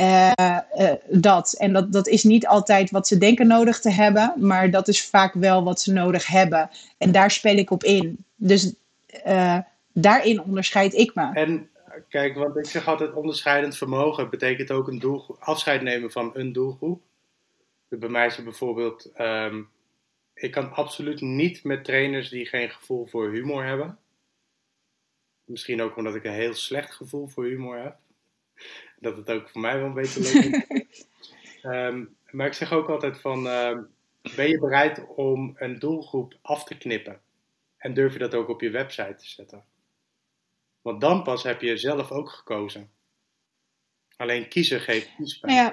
Dat is niet altijd wat ze denken nodig te hebben, maar dat is vaak wel wat ze nodig hebben. En daar speel ik op in. Dus daarin onderscheid ik me. En kijk, want ik zeg altijd onderscheidend vermogen betekent ook een doelgroep, afscheid nemen van een doelgroep. Bij mij is het bijvoorbeeld, ik kan absoluut niet met trainers die geen gevoel voor humor hebben. Misschien ook omdat ik een heel slecht gevoel voor humor heb. Dat het ook voor mij wel een beetje leuk is. Maar ik zeg ook altijd van, ben je bereid om een doelgroep af te knippen? En durf je dat ook op je website te zetten? Want dan pas heb je zelf ook gekozen. Alleen kiezen geeft kiespijn.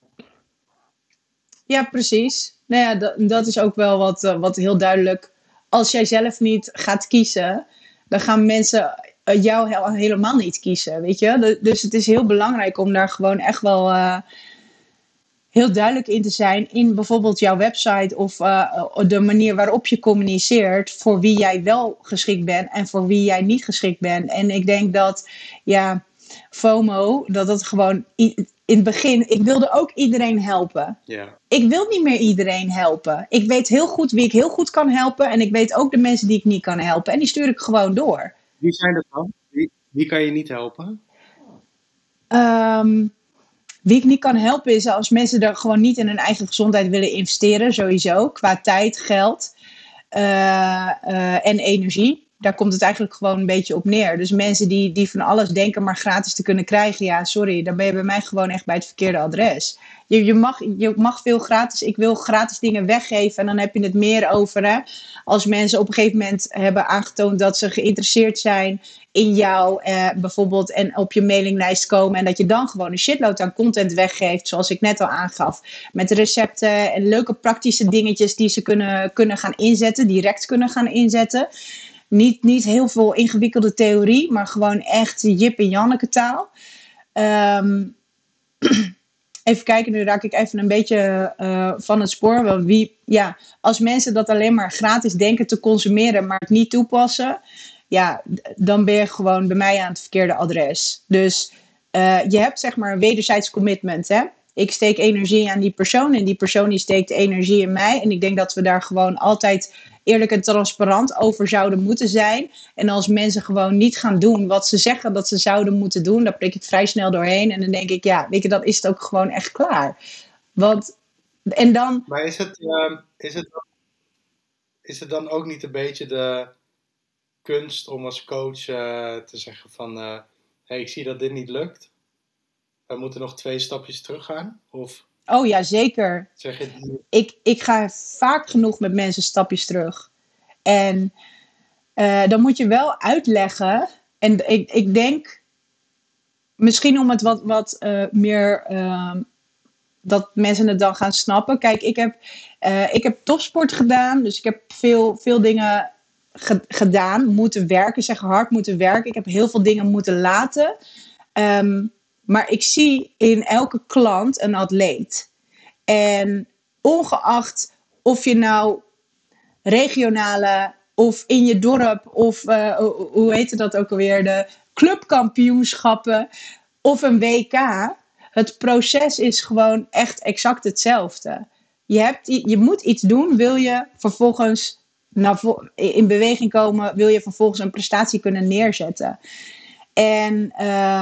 Ja, precies. Nou ja, dat is ook wel wat heel duidelijk. Als jij zelf niet gaat kiezen, dan gaan mensen jou helemaal niet kiezen, weet je. Dus het is heel belangrijk om daar gewoon echt wel heel duidelijk in te zijn in bijvoorbeeld jouw website of de manier waarop je communiceert voor wie jij wel geschikt bent en voor wie jij niet geschikt bent. En ik denk dat, FOMO, dat het gewoon in het begin, ik wilde ook iedereen helpen. Yeah. Ik wil niet meer iedereen helpen. Ik weet heel goed wie ik heel goed kan helpen en ik weet ook de mensen die ik niet kan helpen en die stuur ik gewoon door. Wie zijn dat dan? Wie kan je niet helpen? Wie ik niet kan helpen is als mensen er gewoon niet in hun eigen gezondheid willen investeren, sowieso, qua tijd, geld en energie. Daar komt het eigenlijk gewoon een beetje op neer. Dus mensen die van alles denken maar gratis te kunnen krijgen, ja, sorry, dan ben je bij mij gewoon echt bij het verkeerde adres. Je mag veel gratis, ik wil gratis dingen weggeven en dan heb je het meer over. Hè? Als mensen op een gegeven moment hebben aangetoond dat ze geïnteresseerd zijn in jou bijvoorbeeld en op je mailinglijst komen en dat je dan gewoon een shitload aan content weggeeft, zoals ik net al aangaf, met recepten en leuke praktische dingetjes die ze kunnen gaan inzetten, direct kunnen gaan inzetten. Niet heel veel ingewikkelde theorie, maar gewoon echt Jip en Janneke taal. Even kijken, nu raak ik even een beetje van het spoor. Want als mensen dat alleen maar gratis denken te consumeren, maar het niet toepassen, ja, dan ben je gewoon bij mij aan het verkeerde adres. Dus je hebt zeg maar een wederzijds commitment, hè. Ik steek energie aan die persoon en die persoon die steekt energie in mij. En ik denk dat we daar gewoon altijd eerlijk en transparant over zouden moeten zijn. En als mensen gewoon niet gaan doen wat ze zeggen dat ze zouden moeten doen, dan prik ik vrij snel doorheen. En dan denk ik, ja, weet je, dan is het ook gewoon echt klaar. En dan... Maar is het dan ook niet een beetje de kunst om als coach te zeggen van, hey, ik zie dat dit niet lukt. We moeten nog 2 stapjes terug gaan? Of Oh ja, zeker. zeg je... Ik ga vaak genoeg met mensen stapjes terug. En dan moet je wel uitleggen. En ik denk, misschien om het wat meer... dat mensen het dan gaan snappen. Kijk, ik heb topsport gedaan. Dus ik heb veel dingen gedaan. Moeten werken, zeg hard moeten werken. Ik heb heel veel dingen moeten laten. Maar ik zie in elke klant een atleet. En ongeacht of je nou regionale of in je dorp of hoe heette dat ook alweer, de clubkampioenschappen of een WK, het proces is gewoon echt exact hetzelfde. Je moet iets doen, wil je vervolgens in beweging komen, wil je vervolgens een prestatie kunnen neerzetten. En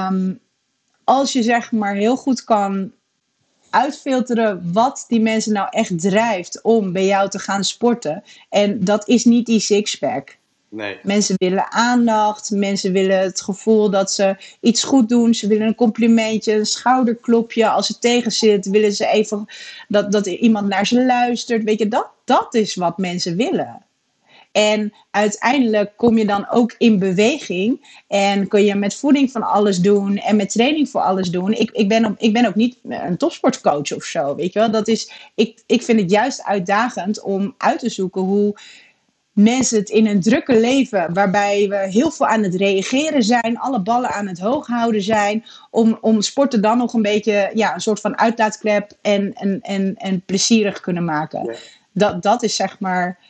als je zeg maar heel goed kan uitfilteren wat die mensen nou echt drijft om bij jou te gaan sporten. En dat is niet die sixpack. Nee. Mensen willen aandacht, mensen willen het gevoel dat ze iets goed doen. Ze willen een complimentje, een schouderklopje. Als het tegen zit, willen ze even dat iemand naar ze luistert. Weet je, dat is wat mensen willen. En uiteindelijk kom je dan ook in beweging en kun je met voeding van alles doen en met training voor alles doen. Ik ben ook niet een topsportcoach of zo, weet je wel. Ik vind het juist uitdagend om uit te zoeken hoe mensen het in een drukke leven, waarbij we heel veel aan het reageren zijn, alle ballen aan het hoog houden zijn, om sporten dan nog een beetje een soort van uitlaatklep en plezierig kunnen maken. Ja. Dat is zeg maar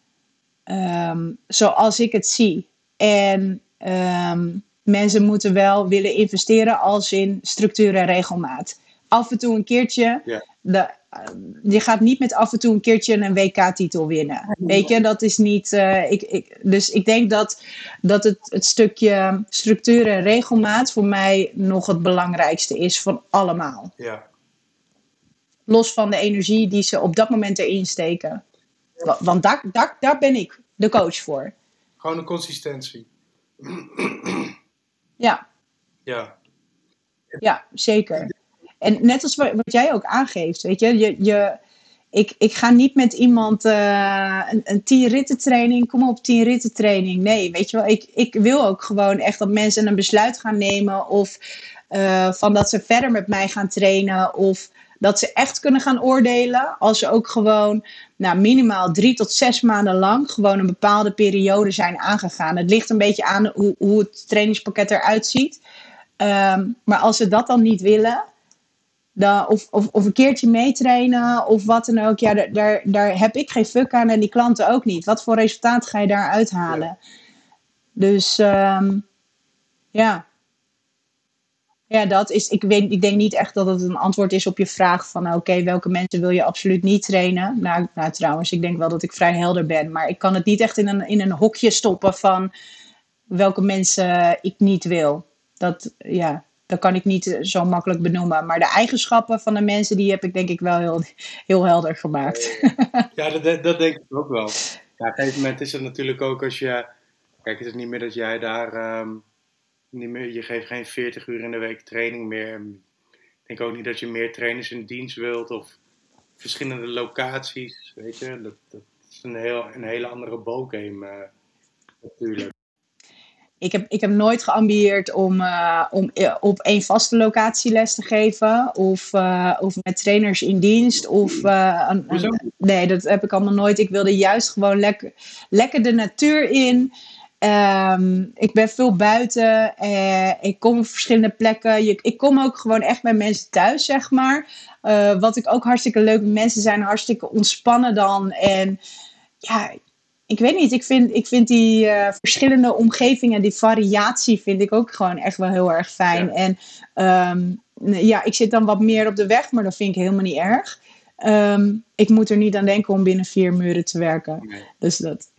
zoals ik het zie. En mensen moeten wel willen investeren als in structuur en regelmaat. Af en toe een keertje. Ja. Je gaat niet met af en toe een keertje een WK-titel winnen. Weet je, dat is niet... dus ik denk dat het stukje structuur en regelmaat voor mij nog het belangrijkste is van allemaal. Ja. Los van de energie die ze op dat moment erin steken. Want daar ben ik de coach voor. Gewoon een consistentie. Ja. Ja. Ja, zeker. En net als wat jij ook aangeeft, weet je, ik ga niet met iemand een 10 ritten training, kom op 10 ritten training. Nee, weet je wel, ik wil ook gewoon echt dat mensen een besluit gaan nemen of van dat ze verder met mij gaan trainen of dat ze echt kunnen gaan oordelen als ze ook gewoon minimaal 3 tot 6 maanden lang gewoon een bepaalde periode zijn aangegaan. Het ligt een beetje aan hoe het trainingspakket eruit ziet. Maar als ze dat dan niet willen, of een keertje meetrainen of wat dan ook, ja, daar heb ik geen fuck aan en die klanten ook niet. Wat voor resultaat ga je daar uithalen? Ja. Dus ja. Ja, dat is. Ik denk niet echt dat het een antwoord is op je vraag van oké, welke mensen wil je absoluut niet trainen? Nou, trouwens, ik denk wel dat ik vrij helder ben, maar ik kan het niet echt in een hokje stoppen van welke mensen ik niet wil. Dat kan ik niet zo makkelijk benoemen. Maar de eigenschappen van de mensen, die heb ik denk ik wel heel, heel helder gemaakt. Ja, dat denk ik ook wel. Ja, op een gegeven moment is het natuurlijk ook als je... Kijk, het is niet meer dat jij daar... niet meer, je geeft geen 40 uur in de week training meer. Ik denk ook niet dat je meer trainers in dienst wilt of verschillende locaties. Weet je, dat is een hele andere ballgame natuurlijk. Ik heb nooit geambieerd om op één vaste locatie les te geven. Of met trainers in dienst. Nee, dat heb ik allemaal nooit. Ik wilde juist gewoon lekker de natuur in. Ik ben veel buiten. Ik kom op verschillende plekken. Ik kom ook gewoon echt bij mensen thuis, zeg maar. Wat ik ook hartstikke leuk. Mensen zijn hartstikke ontspannen dan. En ja, ik weet niet. Ik vind die verschillende omgevingen, die variatie vind ik ook gewoon echt wel heel erg fijn. Ja. En ja, ik zit dan wat meer op de weg, maar dat vind ik helemaal niet erg. Ik moet er niet aan denken om binnen 4 muren te werken. Nee. Dus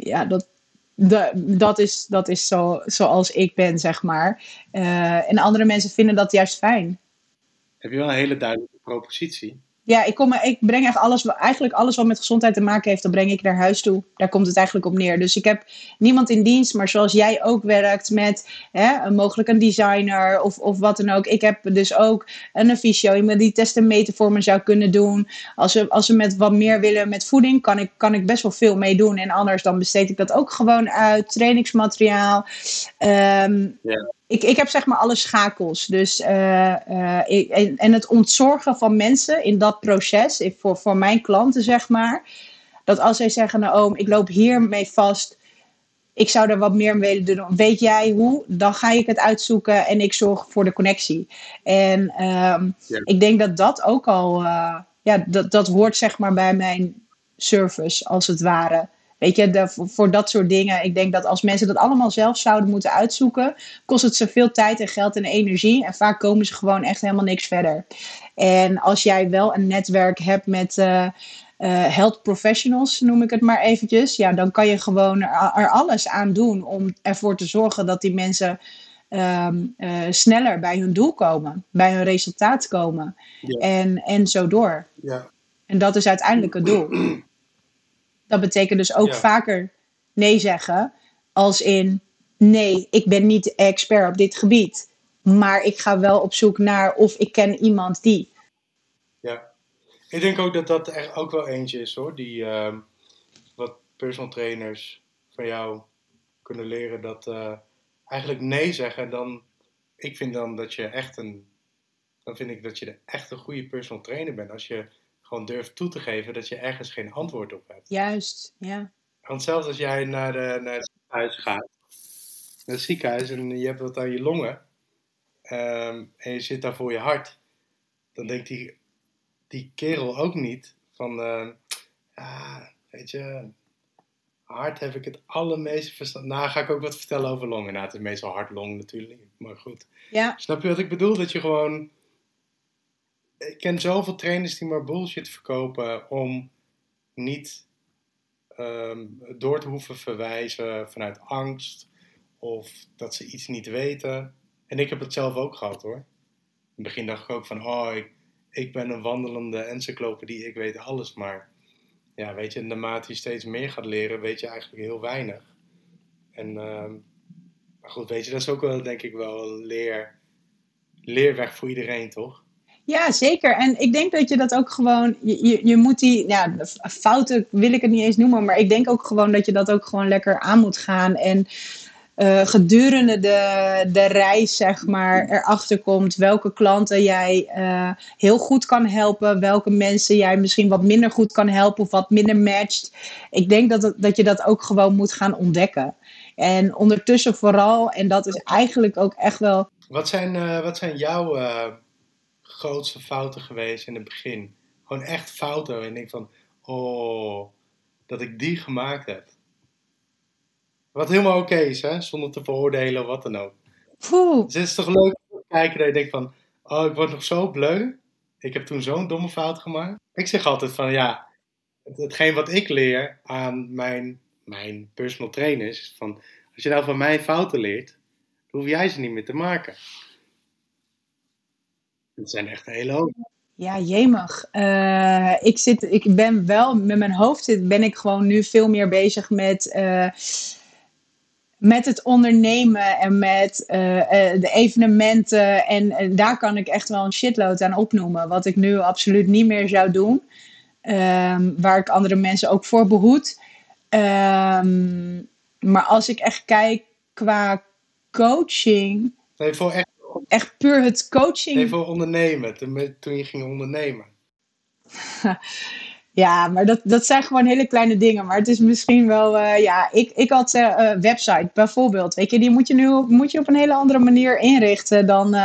dat is zo, zoals ik ben, zeg maar. En andere mensen vinden dat juist fijn. Heb je wel een hele duidelijke propositie? Ja, ik breng echt eigenlijk alles wat met gezondheid te maken heeft, dat breng ik naar huis toe. Daar komt het eigenlijk op neer. Dus ik heb niemand in dienst, maar zoals jij ook werkt met mogelijk een designer of wat dan ook. Ik heb dus ook een fysio, iemand die testen meten voor me zou kunnen doen. Als ze met wat meer willen met voeding, kan ik best wel veel mee doen. En anders dan besteed ik dat ook gewoon uit. Trainingsmateriaal. Ja. Ik heb zeg maar alle schakels. Dus, en het ontzorgen van mensen in dat proces, voor mijn klanten zeg maar. Dat als zij zeggen, nou oom, ik loop hiermee vast. Ik zou er wat meer mee willen doen. Weet jij hoe? Dan ga ik het uitzoeken en ik zorg voor de connectie. En ik denk dat dat ook al, dat hoort zeg maar bij mijn service als het ware. Weet je, voor dat soort dingen. Ik denk dat als mensen dat allemaal zelf zouden moeten uitzoeken, kost het ze veel tijd en geld en energie. En vaak komen ze gewoon echt helemaal niks verder. En als jij wel een netwerk hebt met health professionals, noem ik het maar eventjes. Ja, dan kan je gewoon er alles aan doen om ervoor te zorgen dat die mensen sneller bij hun doel komen. Bij hun resultaat komen. Ja. En zo door. Ja. En dat is uiteindelijk het doel. Dat betekent dus ook vaker nee zeggen. Als in, nee, ik ben niet de expert op dit gebied. Maar ik ga wel op zoek naar of ik ken iemand die. Ja. Ik denk ook dat dat er ook wel eentje is hoor. Die wat personal trainers van jou kunnen leren. Dat eigenlijk nee zeggen dan... Ik vind dan dat je echt dan vind ik dat je echt een goede personal trainer bent. Als je gewoon durft toe te geven dat je ergens geen antwoord op hebt. Juist, ja. Want zelfs als jij naar het ziekenhuis gaat. Naar het ziekenhuis en je hebt wat aan je longen. En je zit daar voor je hart. Dan denkt die kerel ook niet van... weet je... Hart heb ik het allermeeste verstand. Nou, ga ik ook wat vertellen over longen. Nou, het is meestal hart-long natuurlijk. Maar goed. Ja. Snap je wat ik bedoel? Dat je gewoon... Ik ken zoveel trainers die maar bullshit verkopen om niet door te hoeven verwijzen vanuit angst of dat ze iets niet weten. En ik heb het zelf ook gehad hoor. In het begin dacht ik ook van, ik ben een wandelende encyclopedie, ik weet alles. Maar ja, weet je, naarmate je steeds meer gaat leren, weet je eigenlijk heel weinig. En, maar goed, weet je, dat is ook wel, denk ik wel een leerweg voor iedereen, toch? Ja, zeker. En ik denk dat je dat ook gewoon... Je moet die... Ja, fouten wil ik het niet eens noemen. Maar ik denk ook gewoon dat je dat ook gewoon lekker aan moet gaan. En gedurende de reis, zeg maar, erachter komt welke klanten jij heel goed kan helpen. Welke mensen jij misschien wat minder goed kan helpen of wat minder matcht. Ik denk dat je dat ook gewoon moet gaan ontdekken. En ondertussen vooral, en dat is eigenlijk ook echt wel... Wat zijn jouw grootste fouten geweest in het begin? Gewoon echt fouten. En ik denk van, dat ik die gemaakt heb. Wat helemaal oké is, hè? Zonder te veroordelen of wat dan ook. Dus het is toch leuk om te kijken dat je denkt van, ik word nog zo bleu. Ik heb toen zo'n domme fout gemaakt. Ik zeg altijd van, ja, hetgeen wat ik leer aan mijn personal trainers, is van, als je nou van mijn fouten leert, dan hoef jij ze niet meer te maken. Het zijn echt een hele hoop. Ja, jemig. Ik ben wel, met mijn hoofd ben ik gewoon nu veel meer bezig met het ondernemen en met de evenementen. En daar kan ik echt wel een shitload aan opnoemen. Wat ik nu absoluut niet meer zou doen. Waar ik andere mensen ook voor behoed. Maar als ik echt kijk qua coaching. Nee, voor echt puur het coaching. Nee, voor ondernemen. Toen je ging ondernemen. Ja, maar dat zijn gewoon hele kleine dingen. Maar het is misschien wel, ik had website bijvoorbeeld. Weet je, die moet je op een hele andere manier inrichten dan.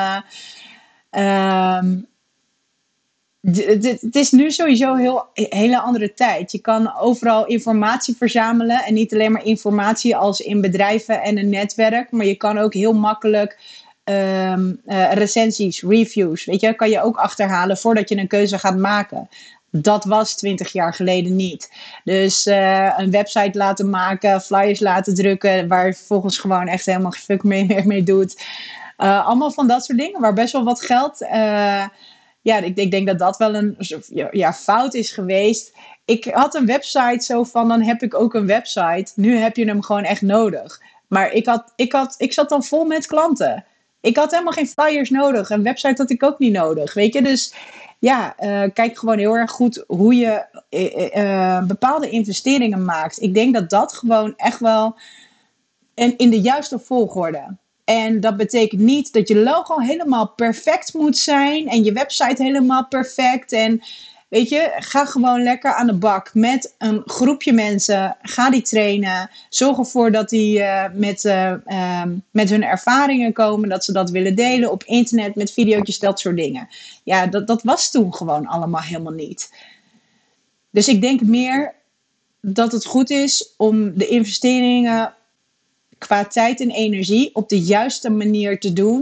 Ehm, het is nu sowieso een hele andere tijd. Je kan overal informatie verzamelen. En niet alleen maar informatie als in bedrijven en een netwerk. Maar je kan ook heel makkelijk recensies, reviews. Weet je, kan je ook achterhalen voordat je een keuze gaat maken. Dat was 20 jaar geleden niet. Dus een website laten maken, flyers laten drukken, waar je vervolgens gewoon echt helemaal geen fuck meer mee doet. Allemaal van dat soort dingen, waar best wel wat geld. Ik denk dat dat wel een fout is geweest. Ik had een website zo van, dan heb ik ook een website. Nu heb je hem gewoon echt nodig. Maar ik zat dan vol met klanten. Ik had helemaal geen flyers nodig. Een website had ik ook niet nodig. Weet je, dus kijk gewoon heel erg goed hoe je bepaalde investeringen maakt. Ik denk dat dat gewoon echt wel in de juiste volgorde. En dat betekent niet dat je logo helemaal perfect moet zijn en je website helemaal perfect. En weet je, ga gewoon lekker aan de bak met een groepje mensen. Ga die trainen. Zorg ervoor dat die met hun ervaringen komen. Dat ze dat willen delen op internet met video's, dat soort dingen. Ja, dat was toen gewoon allemaal helemaal niet. Dus ik denk meer dat het goed is om de investeringen qua tijd en energie op de juiste manier te doen.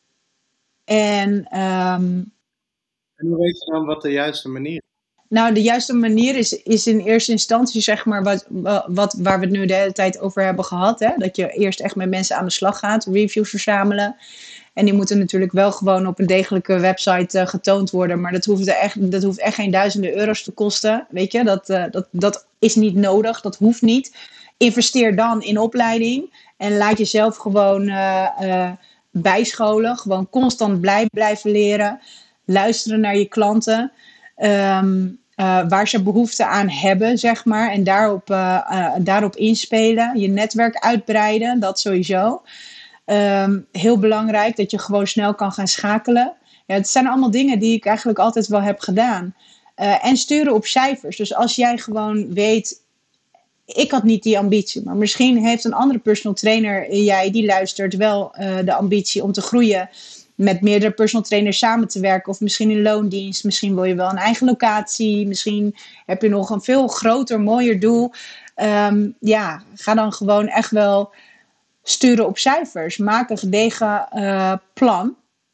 En hoe weet je dan wat de juiste manier is? nou, de juiste manier is in eerste instantie, zeg maar, waar we het nu de hele tijd over hebben gehad. Hè? Dat je eerst echt met mensen aan de slag gaat, reviews verzamelen. En die moeten natuurlijk wel gewoon op een degelijke website getoond worden. Maar dat hoeft echt geen duizenden euro's te kosten. Weet je, dat is niet nodig, dat hoeft niet. Investeer dan in opleiding. En laat jezelf gewoon bijscholen. Gewoon constant blijven leren. Luisteren naar je klanten. Waar ze behoefte aan hebben, zeg maar. En daarop inspelen. Je netwerk uitbreiden, dat sowieso. Heel belangrijk dat je gewoon snel kan gaan schakelen. Ja, het zijn allemaal dingen die ik eigenlijk altijd wel heb gedaan. En sturen op cijfers. Dus als jij gewoon weet, ik had niet die ambitie, maar misschien heeft een andere personal trainer, jij die luistert, wel de ambitie om te groeien, met meerdere personal trainers samen te werken, of misschien in loondienst, misschien wil je wel een eigen locatie, misschien heb je nog een veel groter, mooier doel. Ga dan gewoon echt wel sturen op cijfers. Maak een gedegen plan.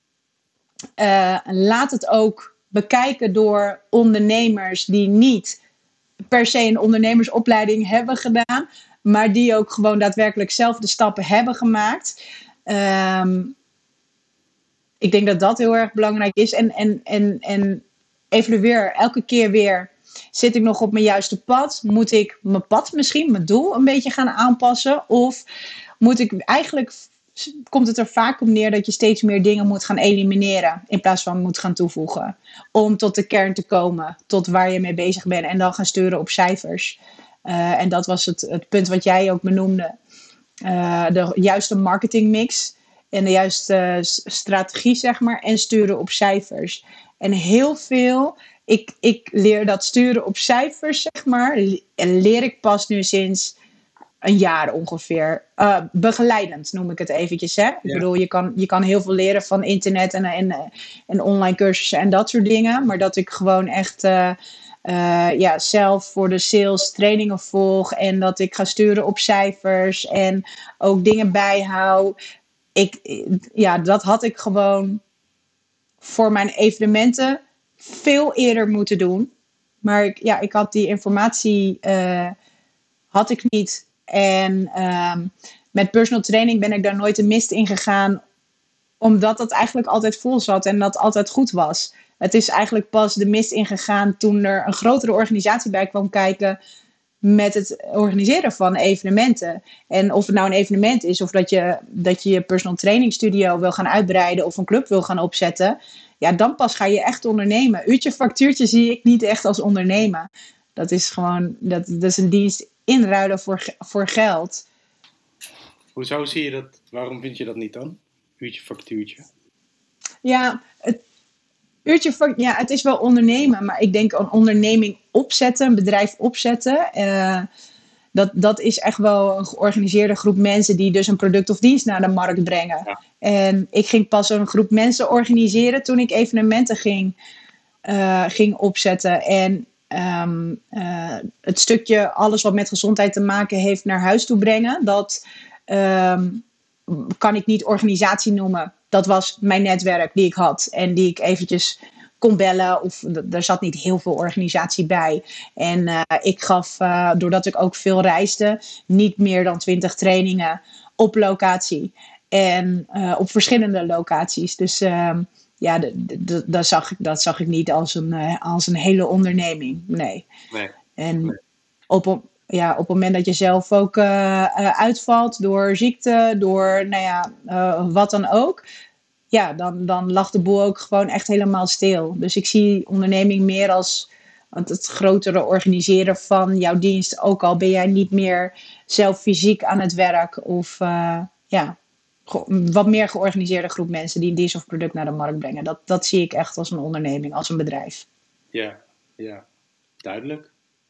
Laat het ook bekijken door ondernemers die niet per se een ondernemersopleiding hebben gedaan, maar die ook gewoon daadwerkelijk zelf de stappen hebben gemaakt. Ik denk dat dat heel erg belangrijk is. En evalueer elke keer weer. Zit ik nog op mijn juiste pad? Moet ik mijn pad misschien, mijn doel een beetje gaan aanpassen? Of moet ik eigenlijk, komt het er vaak op neer dat je steeds meer dingen moet gaan elimineren in plaats van moet gaan toevoegen. Om tot de kern te komen, tot waar je mee bezig bent en dan gaan sturen op cijfers. En dat was het punt wat jij ook benoemde. De juiste marketingmix en de juiste strategie, zeg maar, en sturen op cijfers. En heel veel, ik leer dat sturen op cijfers, zeg maar, en leer ik pas nu sinds een jaar ongeveer. Begeleidend noem ik het eventjes. Hè? Ik bedoel, je kan heel veel leren van internet en online cursussen en dat soort dingen. Maar dat ik gewoon echt zelf voor de sales trainingen volg. En dat ik ga sturen op cijfers. En ook dingen bijhoud. Dat had ik gewoon voor mijn evenementen veel eerder moeten doen. Maar ik had die informatie had ik niet. En met personal training ben ik daar nooit de mist in gegaan, omdat dat eigenlijk altijd vol zat en dat altijd goed was. Het is eigenlijk pas de mist ingegaan toen er een grotere organisatie bij kwam kijken met het organiseren van evenementen. En of het nou een evenement is of dat je personal training studio wil gaan uitbreiden of een club wil gaan opzetten, ja, dan pas ga je echt ondernemen. Uurtje factuurtje zie ik niet echt als ondernemen. Dat is gewoon, dat is een dienst inruilen voor geld. Hoezo zie je dat? Waarom vind je dat niet dan? Uurtje factuurtje. Ja, Ja, het is wel ondernemen, maar ik denk een onderneming opzetten, een bedrijf opzetten. Dat is echt wel een georganiseerde groep mensen die dus een product of dienst naar de markt brengen. Ja. En ik ging pas een groep mensen organiseren toen ik evenementen ging opzetten. En het stukje alles wat met gezondheid te maken heeft naar huis toe brengen, dat kan ik niet organisatie noemen. Dat was mijn netwerk die ik had en die ik eventjes kon bellen. Of er zat niet heel veel organisatie bij. En ik gaf, doordat ik ook veel reisde, niet meer dan 20 trainingen op locatie. En op verschillende locaties. Dus ja, dat zag ik niet als een hele onderneming. Nee. En op het moment dat je zelf ook uitvalt door ziekte, door wat dan ook. Ja, dan lag de boel ook gewoon echt helemaal stil. Dus ik zie onderneming meer als het grotere organiseren van jouw dienst. Ook al ben jij niet meer zelf fysiek aan het werk. Of wat meer georganiseerde groep mensen die een dienst of product naar de markt brengen. Dat zie ik echt als een onderneming, als een bedrijf. Ja. Duidelijk.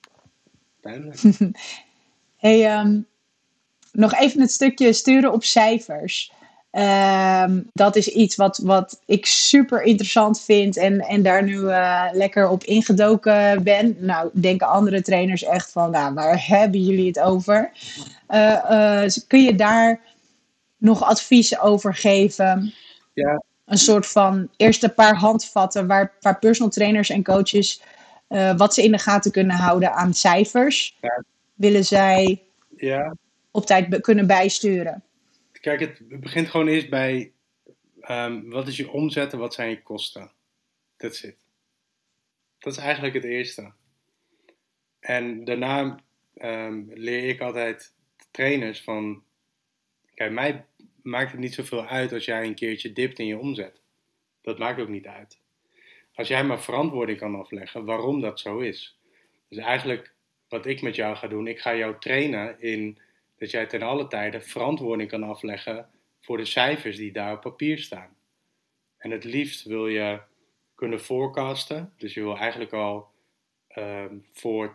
Hey, nog even het stukje sturen op cijfers. Dat is iets wat ik super interessant vind en daar nu lekker op ingedoken ben. Nou, denken andere trainers echt van, nou, waar hebben jullie het over? Kun je daar nog advies over geven? Ja. Een soort van eerste paar handvatten waar personal trainers en coaches wat ze in de gaten kunnen houden aan cijfers. Ja. Willen zij op tijd kunnen bijsturen? Kijk, het begint gewoon eerst bij wat is je omzet en wat zijn je kosten. That's it. Dat is eigenlijk het eerste. En daarna leer ik altijd trainers van, kijk, mij maakt het niet zoveel uit als jij een keertje dipt in je omzet. Dat maakt ook niet uit. Als jij maar verantwoording kan afleggen waarom dat zo is. Dus eigenlijk wat ik met jou ga doen, ik ga jou trainen in dat jij ten alle tijde verantwoording kan afleggen voor de cijfers die daar op papier staan. En het liefst wil je kunnen forecasten. Dus je wil eigenlijk al voor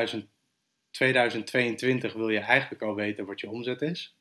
2022 wil je eigenlijk al weten wat je omzet is.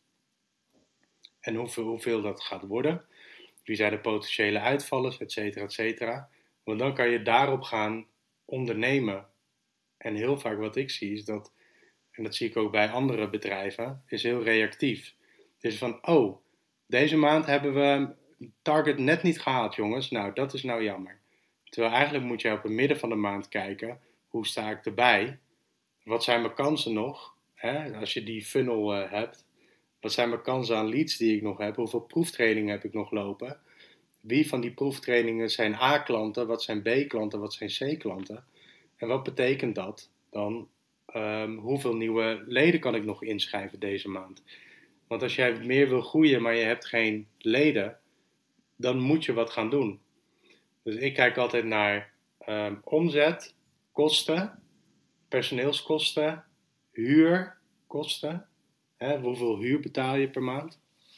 En hoeveel dat gaat worden. Wie zijn de potentiële uitvallers, et cetera, et cetera. Want dan kan je daarop gaan ondernemen. En heel vaak wat ik zie is dat, en dat zie ik ook bij andere bedrijven, is heel reactief. Dus van, oh, deze maand hebben we target net niet gehaald, jongens. Nou, dat is nou jammer. Terwijl eigenlijk moet je op het midden van de maand kijken, hoe sta ik erbij? Wat zijn mijn kansen nog? Als je die funnel hebt. Wat zijn mijn kansen aan leads die ik nog heb? Hoeveel proeftrainingen heb ik nog lopen? Wie van die proeftrainingen zijn A-klanten? Wat zijn B-klanten? Wat zijn C-klanten? En wat betekent dat dan? Hoeveel nieuwe leden kan ik nog inschrijven deze maand? Want als jij meer wil groeien, maar je hebt geen leden, dan moet je wat gaan doen. Dus ik kijk altijd naar omzet, kosten, personeelskosten, huurkosten. Hoeveel huur betaal je per maand?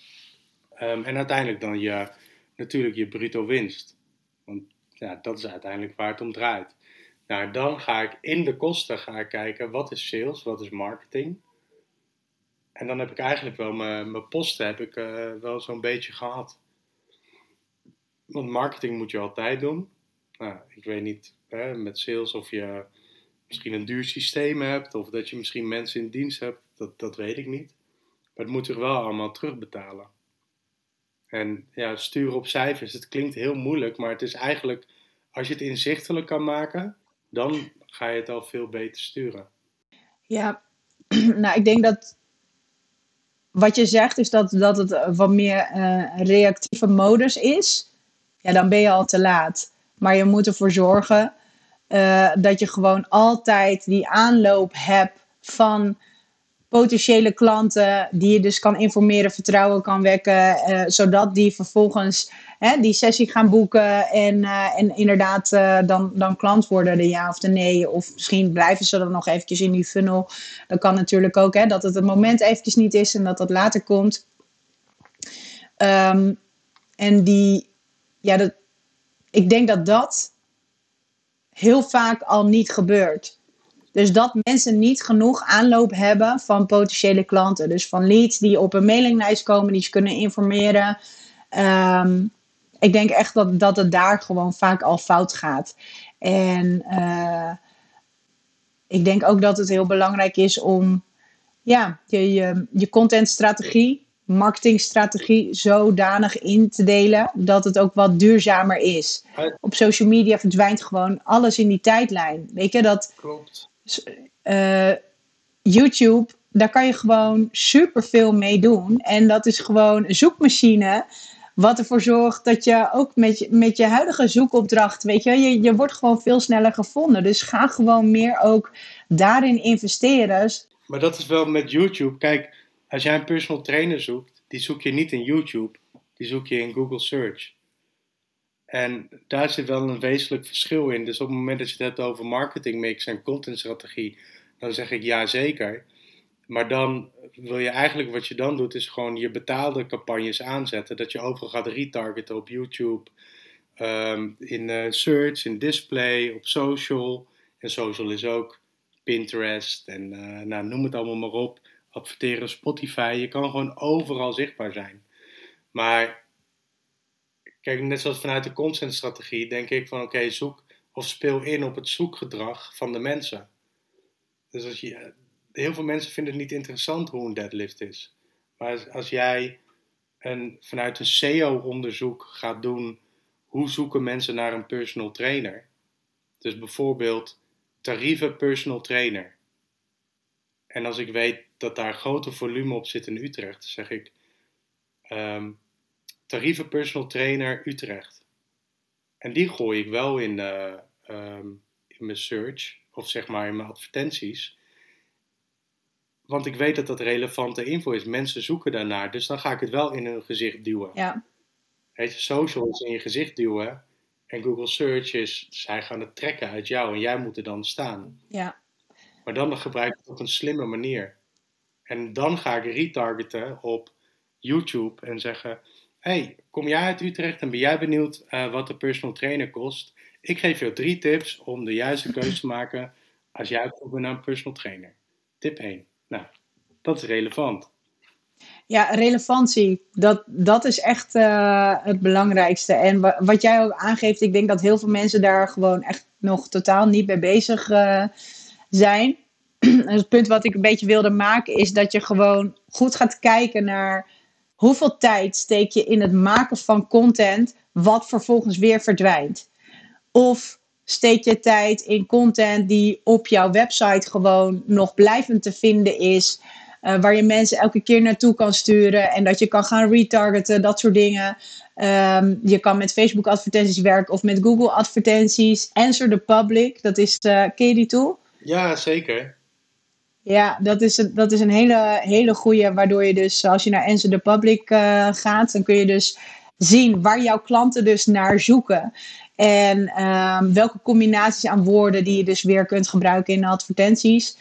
En uiteindelijk dan natuurlijk je bruto winst. Want ja, dat is uiteindelijk waar het om draait. Nou, dan ga ik in de kosten kijken, wat is sales, wat is marketing. En dan heb ik eigenlijk wel mijn posten heb ik, wel zo'n beetje gehad. Want marketing moet je altijd doen. Nou, ik weet niet met sales of je misschien een duur systeem hebt. Of dat je misschien mensen in dienst hebt. Dat weet ik niet. Maar het moet zich wel allemaal terugbetalen. En ja, sturen op cijfers. Het klinkt heel moeilijk. Maar het is eigenlijk, als je het inzichtelijk kan maken, dan ga je het al veel beter sturen. Ja, nou ik denk dat wat je zegt is dat het wat meer reactieve modus is. Ja, dan ben je al te laat. Maar je moet ervoor zorgen dat je gewoon altijd die aanloop hebt van potentiële klanten die je dus kan informeren, vertrouwen kan wekken, zodat die vervolgens die sessie gaan boeken en inderdaad dan klant worden, de ja of de nee. Of misschien blijven ze dan nog eventjes in die funnel. Dat kan natuurlijk ook, dat het moment eventjes niet is en dat later komt. En ik denk dat heel vaak al niet gebeurt. Dus dat mensen niet genoeg aanloop hebben van potentiële klanten. Dus van leads die op een mailinglijst komen, die ze kunnen informeren. Ik denk echt dat het daar gewoon vaak al fout gaat. En ik denk ook dat het heel belangrijk is om je contentstrategie, marketingstrategie zodanig in te delen dat het ook wat duurzamer is. Op social media verdwijnt gewoon alles in die tijdlijn. Weet je, dat Klopt. YouTube, daar kan je gewoon superveel mee doen. En dat is gewoon een zoekmachine wat ervoor zorgt dat je ook met je huidige zoekopdracht, weet je wordt gewoon veel sneller gevonden. Dus ga gewoon meer ook daarin investeren. Maar dat is wel met YouTube. Kijk, als jij een personal trainer zoekt, die zoek je niet in YouTube. Die zoek je in Google Search. En daar zit wel een wezenlijk verschil in. Dus op het moment dat je het hebt over marketingmix en contentstrategie, dan zeg ik ja zeker. Maar dan wil je eigenlijk, wat je dan doet, is gewoon je betaalde campagnes aanzetten. Dat je overal gaat retargeten op YouTube, in search, in display, op social. En social is ook Pinterest en noem het allemaal maar op. Adverteren Spotify. Je kan gewoon overal zichtbaar zijn. Maar kijk, net zoals vanuit de contentstrategie denk ik van oké, zoek of speel in op het zoekgedrag van de mensen. Dus heel veel mensen vinden het niet interessant hoe een deadlift is. Maar als jij vanuit een SEO-onderzoek gaat doen, hoe zoeken mensen naar een personal trainer? Dus bijvoorbeeld tarieven personal trainer. En als ik weet dat daar grote volume op zit in Utrecht, dan zeg ik tarieven personal trainer Utrecht. En die gooi ik wel in mijn search, of zeg maar in mijn advertenties. Want ik weet dat dat relevante info is. Mensen zoeken daarnaar, dus dan ga ik het wel in hun gezicht duwen. Ja. Weet je, social is in je gezicht duwen. En Google Search is, zij gaan het trekken uit jou en jij moet er dan staan. Ja. Maar dan gebruik ik het op een slimme manier. En dan ga ik retargeten op YouTube en zeggen, hey, kom jij uit Utrecht en ben jij benieuwd wat de personal trainer kost? Ik geef jou 3 tips om de juiste keuze te maken als jij op zoek bent naar een personal trainer. Tip 1. Nou, dat is relevant. Ja, relevantie. Dat is echt het belangrijkste. En wat jij ook aangeeft, ik denk dat heel veel mensen daar gewoon echt nog totaal niet mee bezig zijn. En het punt wat ik een beetje wilde maken is dat je gewoon goed gaat kijken naar hoeveel tijd steek je in het maken van content wat vervolgens weer verdwijnt. Of steek je tijd in content die op jouw website gewoon nog blijvend te vinden is. Waar je mensen elke keer naartoe kan sturen. En dat je kan gaan retargeten, dat soort dingen. Je kan met Facebook advertenties werken of met Google advertenties. Answer the Public, dat is, ken je die tool? Ja, zeker. Ja, dat is een hele goede, waardoor je dus, als je naar Answer the Public gaat, dan kun je dus zien waar jouw klanten dus naar zoeken. En welke combinaties aan woorden die je dus weer kunt gebruiken in advertenties.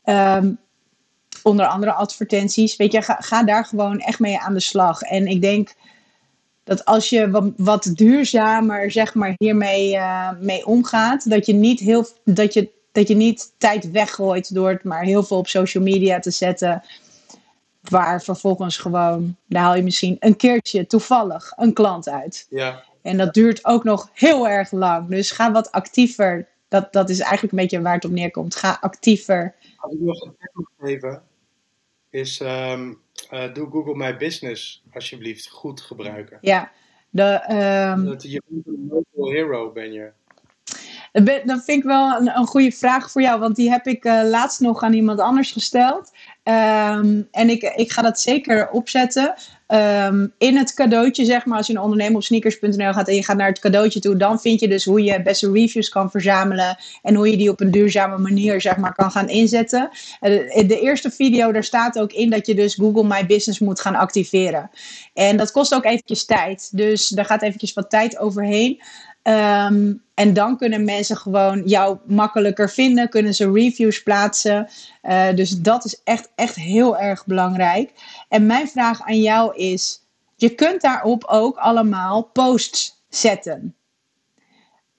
Onder andere advertenties. Weet je, ga daar gewoon echt mee aan de slag. En ik denk dat als je wat duurzamer, zeg maar, hiermee mee omgaat, dat je niet tijd weggooit door het maar heel veel op social media te zetten. Waar vervolgens gewoon, daar haal je misschien een keertje toevallig een klant uit. Ja. En dat duurt ook nog heel erg lang. Dus ga wat actiever. Dat is eigenlijk een beetje waar het op neerkomt. Ga actiever. Als ik nog een tip mag geven, is doe Google My Business alsjeblieft goed gebruiken. Ja. Je bent een local hero, ben je. Dat vind ik wel een goede vraag voor jou. Want die heb ik laatst nog aan iemand anders gesteld. En ik ga dat zeker opzetten. In het cadeautje, zeg maar, als je naar ondernemenopsneakers.nl gaat en je gaat naar het cadeautje toe, dan vind je dus hoe je het beste reviews kan verzamelen en hoe je die op een duurzame manier, zeg maar, kan gaan inzetten. De eerste video, daar staat ook in dat je dus Google My Business moet gaan activeren. En dat kost ook eventjes tijd. Dus daar gaat eventjes wat tijd overheen. En dan kunnen mensen gewoon jou makkelijker vinden, kunnen ze reviews plaatsen. Dus dat is echt heel erg belangrijk. En mijn vraag aan jou is, je kunt daarop ook allemaal posts zetten.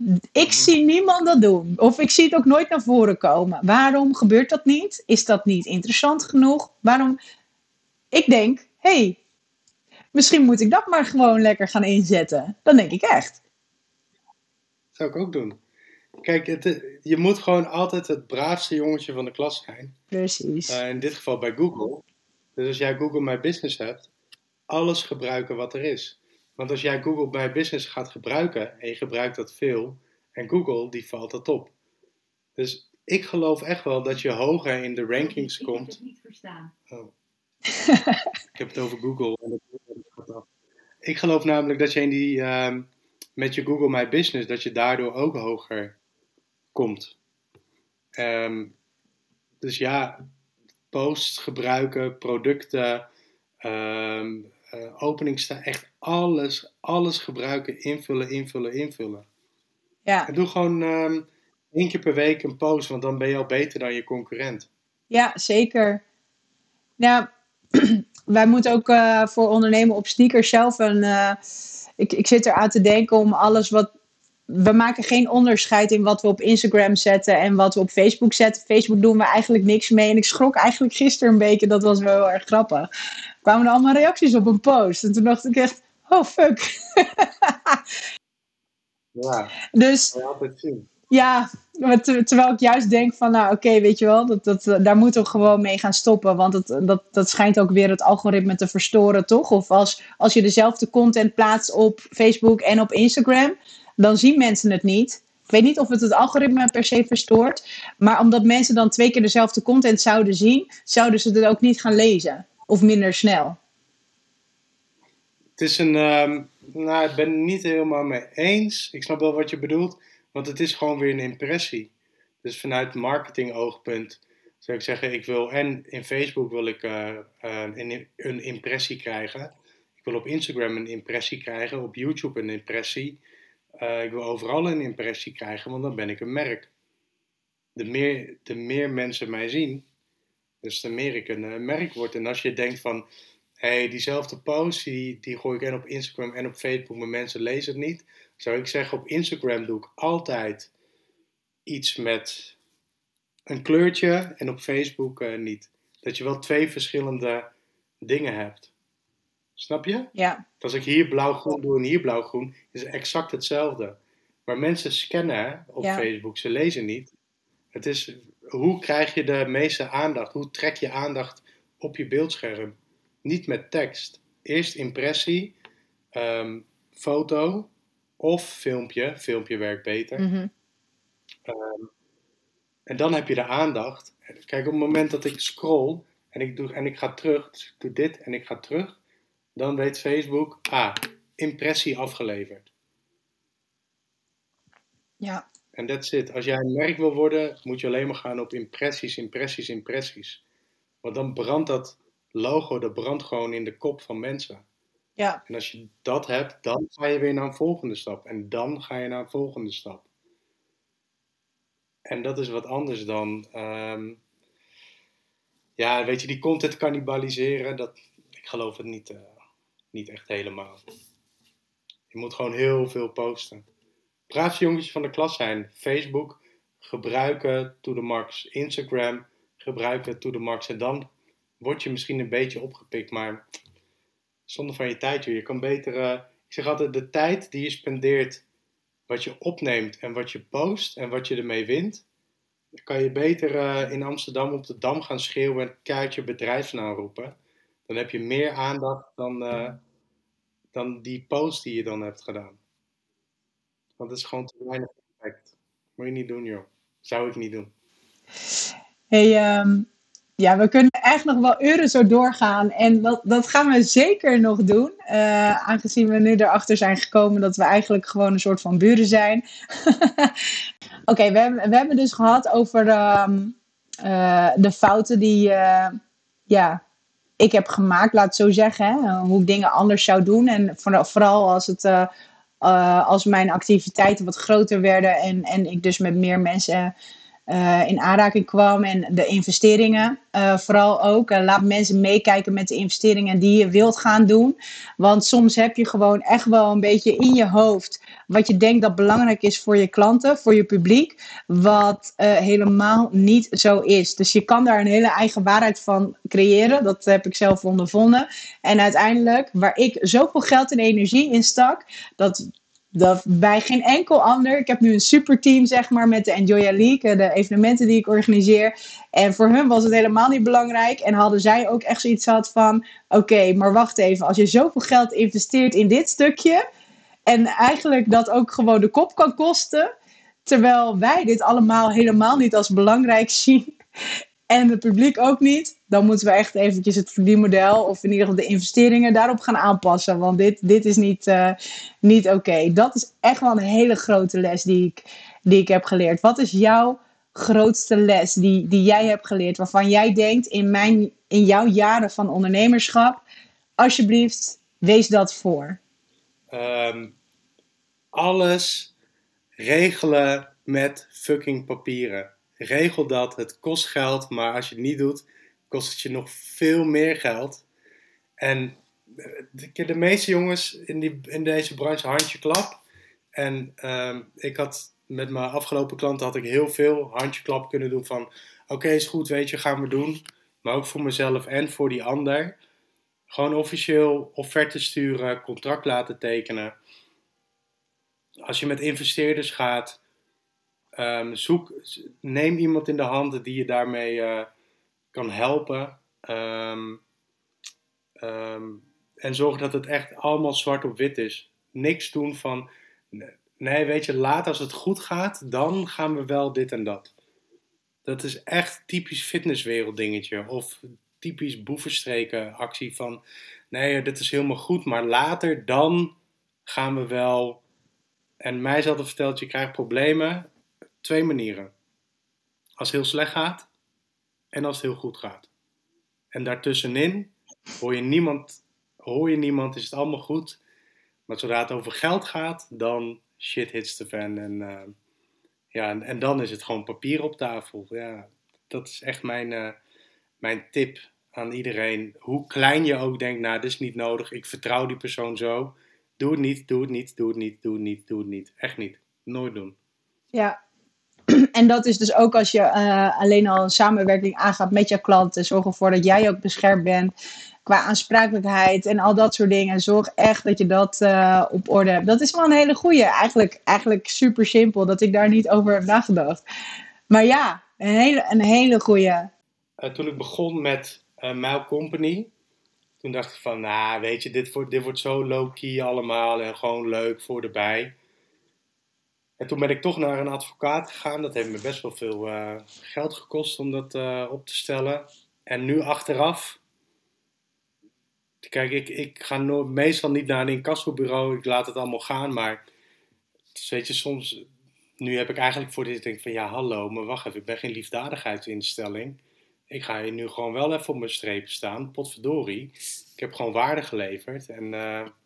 Ik zie niemand dat doen. Of ik zie het ook nooit naar voren komen. Waarom gebeurt dat niet? Is dat niet interessant genoeg? Waarom? Ik denk, hey, misschien moet ik dat maar gewoon lekker gaan inzetten. Dan denk ik echt. Zou ik ook doen. Kijk, je moet gewoon altijd het braafste jongetje van de klas zijn. Precies. In dit geval bij Google. Dus als jij Google My Business hebt, alles gebruiken wat er is. Want als jij Google My Business gaat gebruiken en je gebruikt dat veel, en Google die valt dat op. Dus ik geloof echt wel dat je hoger in de rankings komt. Ik heb het niet verstaan. Oh. Ik heb het over Google. En dat gaat af. Ik geloof namelijk dat je in die, met je Google My Business, dat je daardoor ook hoger komt. Dus ja, posts gebruiken, producten, openingstijden, echt alles gebruiken, invullen. Ja. En doe gewoon 1 keer per week een post, want dan ben je al beter dan je concurrent. Ja, zeker. Nou, wij moeten ook voor ondernemen op Sneakers zelf ik zit eraan te denken om alles wat... We maken geen onderscheid in wat we op Instagram zetten en wat we op Facebook zetten. Facebook doen we eigenlijk niks mee. En ik schrok eigenlijk gisteren een beetje, dat was wel heel erg grappig. Er kwamen er allemaal reacties op een post. En toen dacht ik echt, oh fuck. Ja, dus, dat wil je altijd zien. Ja, terwijl ik juist denk van, nou oké, weet je wel, daar moeten we gewoon mee gaan stoppen. Want dat schijnt ook weer het algoritme te verstoren, toch? Of als je dezelfde content plaatst op Facebook en op Instagram, dan zien mensen het niet. Ik weet niet of het algoritme per se verstoort. Maar omdat mensen dan 2 keer dezelfde content zouden zien, zouden ze het ook niet gaan lezen. Of minder snel. Het is ik ben het niet helemaal mee eens. Ik snap wel wat je bedoelt. Want het is gewoon weer een impressie. Dus vanuit marketing-oogpunt zou ik zeggen, in Facebook wil ik een impressie krijgen. Ik wil op Instagram een impressie krijgen, op YouTube een impressie. Ik wil overal een impressie krijgen, want dan ben ik een merk. De meer mensen mij zien, dus de meer ik een merk word. En als je denkt van, hey, diezelfde post, die gooi ik en op Instagram en op Facebook, maar mensen lezen het niet. Zou ik zeggen, op Instagram doe ik altijd iets met een kleurtje en op Facebook niet. Dat je wel 2 verschillende dingen hebt. Snap je? Ja. Als ik hier blauw-groen doe en hier blauw-groen, is het exact hetzelfde. Maar mensen scannen op Facebook, ze lezen niet. Het is, hoe krijg je de meeste aandacht? Hoe trek je aandacht op je beeldscherm? Niet met tekst. Eerst impressie, foto of filmpje. Filmpje werkt beter. Mm-hmm. En dan heb je de aandacht. Kijk, op het moment dat ik scroll en ik ga terug, dus ik doe dit en ik ga terug, dan weet Facebook, impressie afgeleverd. Ja. En that's it. Als jij een merk wil worden, moet je alleen maar gaan op impressies. Want dan brandt dat logo, dat brandt gewoon in de kop van mensen. Ja. En als je dat hebt, dan ga je weer naar een volgende stap. En dan ga je naar een volgende stap. En dat is wat anders dan, weet je, die content cannibaliseren, ik geloof het niet echt helemaal. Je moet gewoon heel veel posten. Braafste jongetje van de klas zijn. Facebook gebruiken to the max. Instagram gebruiken to the max. En dan word je misschien een beetje opgepikt, maar zonder van je tijd. Je kan beter, ik zeg altijd, de tijd die je spendeert, wat je opneemt en wat je post en wat je ermee wint, dan kan je beter in Amsterdam op de Dam gaan schreeuwen en kaartje bedrijfsnaam roepen. Dan heb je meer aandacht dan die post die je dan hebt gedaan. Want het is gewoon te weinig impact. Moet je niet doen, joh. Zou ik niet doen. Hey, we kunnen echt nog wel uren zo doorgaan. En dat gaan we zeker nog doen. Aangezien we nu erachter zijn gekomen dat we eigenlijk gewoon een soort van buren zijn. Oké, we hebben dus gehad over de fouten die ik heb gemaakt, laat het zo zeggen. Hè? Hoe ik dingen anders zou doen. En vooral als mijn activiteiten wat groter werden en ik dus met meer mensen in aanraking kwam. En de investeringen vooral ook. Laat mensen meekijken met de investeringen die je wilt gaan doen. Want soms heb je gewoon echt wel een beetje in je hoofd wat je denkt dat belangrijk is voor je klanten, voor je publiek, wat helemaal niet zo is. Dus je kan daar een hele eigen waarheid van creëren. Dat heb ik zelf ondervonden. En uiteindelijk, waar ik zoveel geld en energie in stak, dat bij geen enkel ander. Ik heb nu een superteam, zeg maar, met de Enjoya League, de evenementen die ik organiseer. En voor hun was het helemaal niet belangrijk. En hadden zij ook echt zoiets van, oké, maar wacht even. Als je zoveel geld investeert in dit stukje, en eigenlijk dat ook gewoon de kop kan kosten, terwijl wij dit allemaal helemaal niet als belangrijk zien. En het publiek ook niet. Dan moeten we echt eventjes het verdienmodel, of in ieder geval de investeringen, daarop gaan aanpassen. Want dit is niet oké. Dat is echt wel een hele grote les die ik heb geleerd. Wat is jouw grootste les die jij hebt geleerd? Waarvan jij denkt in jouw jaren van ondernemerschap, alsjeblieft, wees dat voor. Alles regelen met fucking papieren. Regel dat, het kost geld, maar als je het niet doet, kost het je nog veel meer geld. En de meeste jongens in deze branche handje klap. En ik had met mijn afgelopen klanten had ik heel veel handje klap kunnen doen van oké, is goed, weet je, gaan we doen. Maar ook voor mezelf en voor die ander. Gewoon officieel offerte sturen, contract laten tekenen. Als je met investeerders gaat, neem iemand in de handen die je daarmee kan helpen. En zorg dat het echt allemaal zwart op wit is. Niks doen van, nee, weet je, later als het goed gaat, dan gaan we wel dit en dat. Dat is echt typisch fitnesswereld dingetje. Of typisch boevenstreken actie van, nee, dit is helemaal goed, maar later dan gaan we wel. En mij is altijd verteld, je krijgt problemen 2 manieren. Als het heel slecht gaat en als het heel goed gaat. En daartussenin hoor je niemand, is het allemaal goed. Maar zodra het over geld gaat, dan shit hits the fan. En dan is het gewoon papier op tafel. Ja, dat is echt mijn tip aan iedereen. Hoe klein je ook denkt, nou, dit is niet nodig. Ik vertrouw die persoon zo. Doe het niet, doe het niet, doe het niet, doe het niet, doe het niet. Echt niet. Nooit doen. Ja, en dat is dus ook als je alleen al een samenwerking aangaat met je klanten. Zorg ervoor dat jij ook beschermd bent qua aansprakelijkheid en al dat soort dingen. Zorg echt dat je dat op orde hebt. Dat is wel een hele goeie. Eigenlijk super simpel dat ik daar niet over heb nagedacht. Maar ja, een hele goeie. Toen ik begon met My Company, toen dacht ik van, nou, weet je, dit wordt zo low-key allemaal en gewoon leuk voor erbij. En toen ben ik toch naar een advocaat gegaan. Dat heeft me best wel veel geld gekost om dat op te stellen. En nu achteraf, kijk, ik ga meestal niet naar een incassobureau. Ik laat het allemaal gaan, maar weet je, soms, nu heb ik eigenlijk voor dit denk van, ja, hallo, maar wacht even, ik ben geen liefdadigheidsinstelling. Ik ga hier nu gewoon wel even op mijn streep staan, potverdorie. Ik heb gewoon waarde geleverd en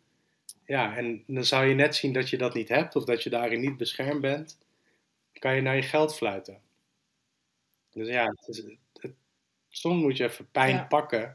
en dan zou je net zien dat je dat niet hebt of dat je daarin niet beschermd bent. Dan kan je naar je geld fluiten. Dus ja, soms moet je even pijn pakken.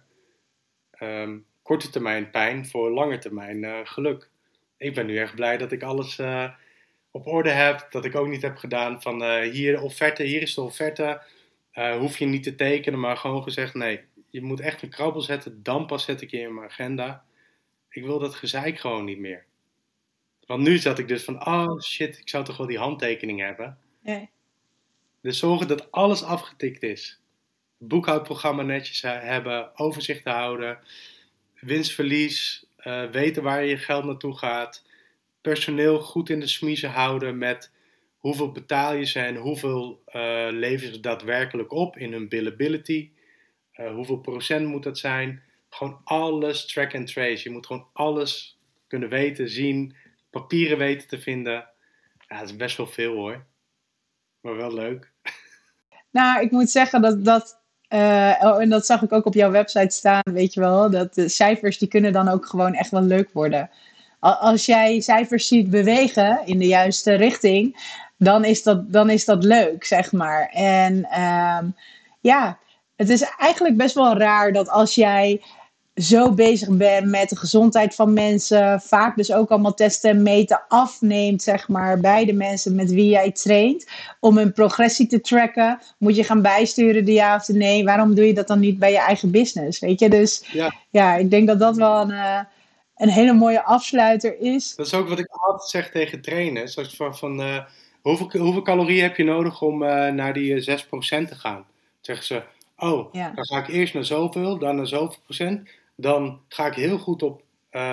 Korte termijn pijn voor lange termijn geluk. Ik ben nu echt blij dat ik alles op orde heb. Dat ik ook niet heb gedaan van hier is de offerte. Hoef je niet te tekenen, maar gewoon gezegd nee. Je moet echt een krabbel zetten, dan pas zet ik je in mijn agenda. Ik wil dat gezeik gewoon niet meer. Want nu zat ik dus van, oh shit, ik zou toch wel die handtekening hebben. Ja. Dus zorgen dat alles afgetikt is. Boekhoudprogramma netjes hebben, overzicht houden, winst-verlies, weten waar je geld naartoe gaat. Personeel goed in de smiezen houden met hoeveel betaal je ze en hoeveel leveren ze daadwerkelijk op in hun billability. Hoeveel procent moet dat zijn? Gewoon alles track and trace. Je moet gewoon alles kunnen weten, zien, papieren weten te vinden. Ja, dat is best wel veel hoor. Maar wel leuk. Nou, ik moet zeggen dat en dat zag ik ook op jouw website staan, weet je wel. Dat de cijfers, die kunnen dan ook gewoon echt wel leuk worden. Als jij cijfers ziet bewegen in de juiste richting, dan is dat leuk, zeg maar. En het is eigenlijk best wel raar dat als jij zo bezig ben met de gezondheid van mensen. Vaak dus ook allemaal testen en meten afneemt, zeg maar, bij de mensen met wie jij traint. Om hun progressie te tracken. Moet je gaan bijsturen, de ja of de nee. Waarom doe je dat dan niet bij je eigen business? Weet je, dus ja, ik denk dat dat wel een hele mooie afsluiter is. Dat is ook wat ik altijd zeg tegen trainers. Als hoeveel calorieën heb je nodig om naar die 6% te gaan? Dan zeggen ze, dan ga ik eerst naar zoveel, dan naar zoveel procent. Dan ga ik heel goed op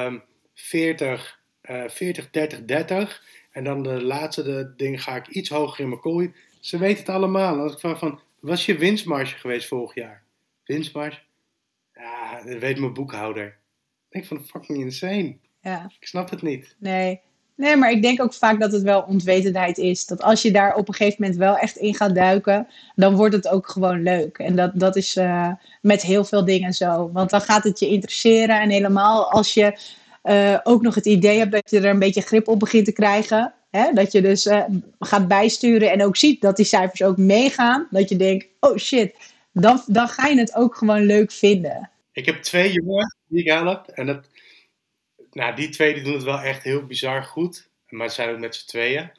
40, 30, 30. En dan de laatste ding ga ik iets hoger in mijn kooi. Ze weten het allemaal. Als ik vraag van, wat is je winstmarge geweest vorig jaar? Winstmarge? Ja, dat weet mijn boekhouder. Ik denk van, fucking insane. Ja. Ik snap het niet. Nee, maar ik denk ook vaak dat het wel onwetendheid is. Dat als je daar op een gegeven moment wel echt in gaat duiken, dan wordt het ook gewoon leuk. En dat is met heel veel dingen zo. Want dan gaat het je interesseren. En helemaal als je ook nog het idee hebt dat je er een beetje grip op begint te krijgen. Hè? Dat je dus gaat bijsturen en ook ziet dat die cijfers ook meegaan. Dat je denkt, oh shit, dan ga je het ook gewoon leuk vinden. Ik heb 2 jongens die ik help. En die 2 die doen het wel echt heel bizar goed. Maar ze zijn ook met z'n tweeën.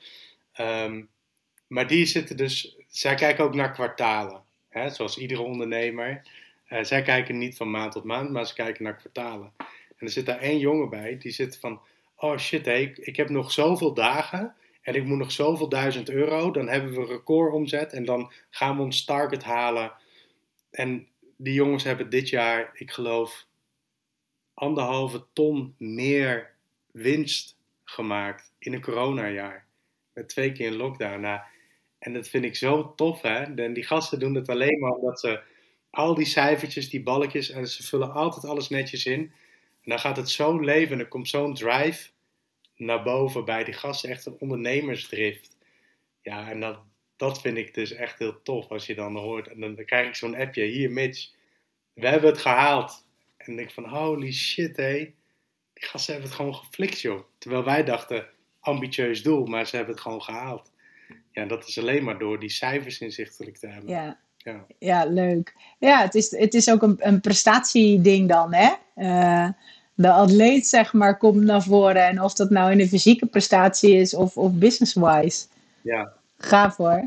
Maar die zitten dus... Zij kijken ook naar kwartalen. Hè? Zoals iedere ondernemer. Zij kijken niet van maand tot maand, maar ze kijken naar kwartalen. En er zit daar 1 jongen bij. Die zit van... Oh shit, ik heb nog zoveel dagen. En ik moet nog zoveel €1000. Dan hebben we recordomzet. En dan gaan we ons target halen. En die jongens hebben dit jaar, ik geloof, 1,5 ton meer winst gemaakt in een coronajaar. Met 2 keer in lockdown. Nou, en dat vind ik zo tof, hè. En die gasten doen het alleen maar omdat ze al die cijfertjes, die balkjes, en ze vullen altijd alles netjes in. En dan gaat het zo leven en er komt zo'n drive naar boven bij die gasten. Echt een ondernemersdrift. Ja, en dat vind ik dus echt heel tof als je dan hoort. En dan krijg ik zo'n appje. Hier, Mitch. We hebben het gehaald. En dan denk ik van, holy shit, hé. Die gasten hebben het gewoon geflikt, joh. Terwijl wij dachten, ambitieus doel. Maar ze hebben het gewoon gehaald. Ja, dat is alleen maar door die cijfers inzichtelijk te hebben. Ja, leuk. Ja, het is ook een prestatieding dan, hè. De atleet, zeg maar, komt naar voren. En of dat nou in de fysieke prestatie is of business-wise. Ja. Gaaf hoor.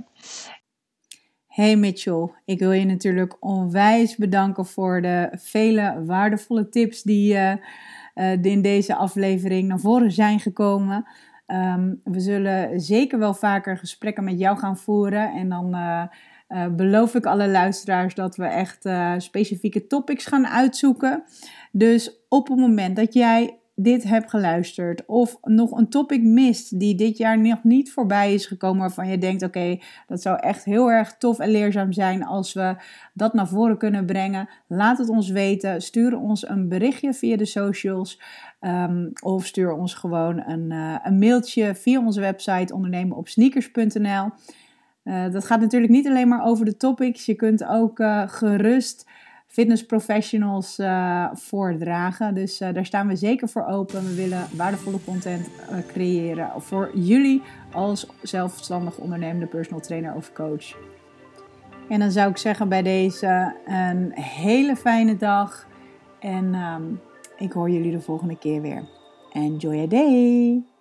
Hey Mitchell, ik wil je natuurlijk onwijs bedanken voor de vele waardevolle tips die in deze aflevering naar voren zijn gekomen. We zullen zeker wel vaker gesprekken met jou gaan voeren. En dan beloof ik alle luisteraars dat we echt specifieke topics gaan uitzoeken. Dus op het moment dat jij dit hebt geluisterd of nog een topic mist die dit jaar nog niet voorbij is gekomen, waarvan je denkt, oké, dat zou echt heel erg tof en leerzaam zijn als we dat naar voren kunnen brengen, laat het ons weten. Stuur ons een berichtje via de socials of stuur ons gewoon een mailtje via onze website ondernemenopsneakers.nl. Dat gaat natuurlijk niet alleen maar over de topics. Je kunt ook gerust fitnessprofessionals voordragen. Dus daar staan we zeker voor open. We willen waardevolle content creëren voor jullie als zelfstandig ondernemende personal trainer of coach. En dan zou ik zeggen bij deze een hele fijne dag. En ik hoor jullie de volgende keer weer. Enjoy your day!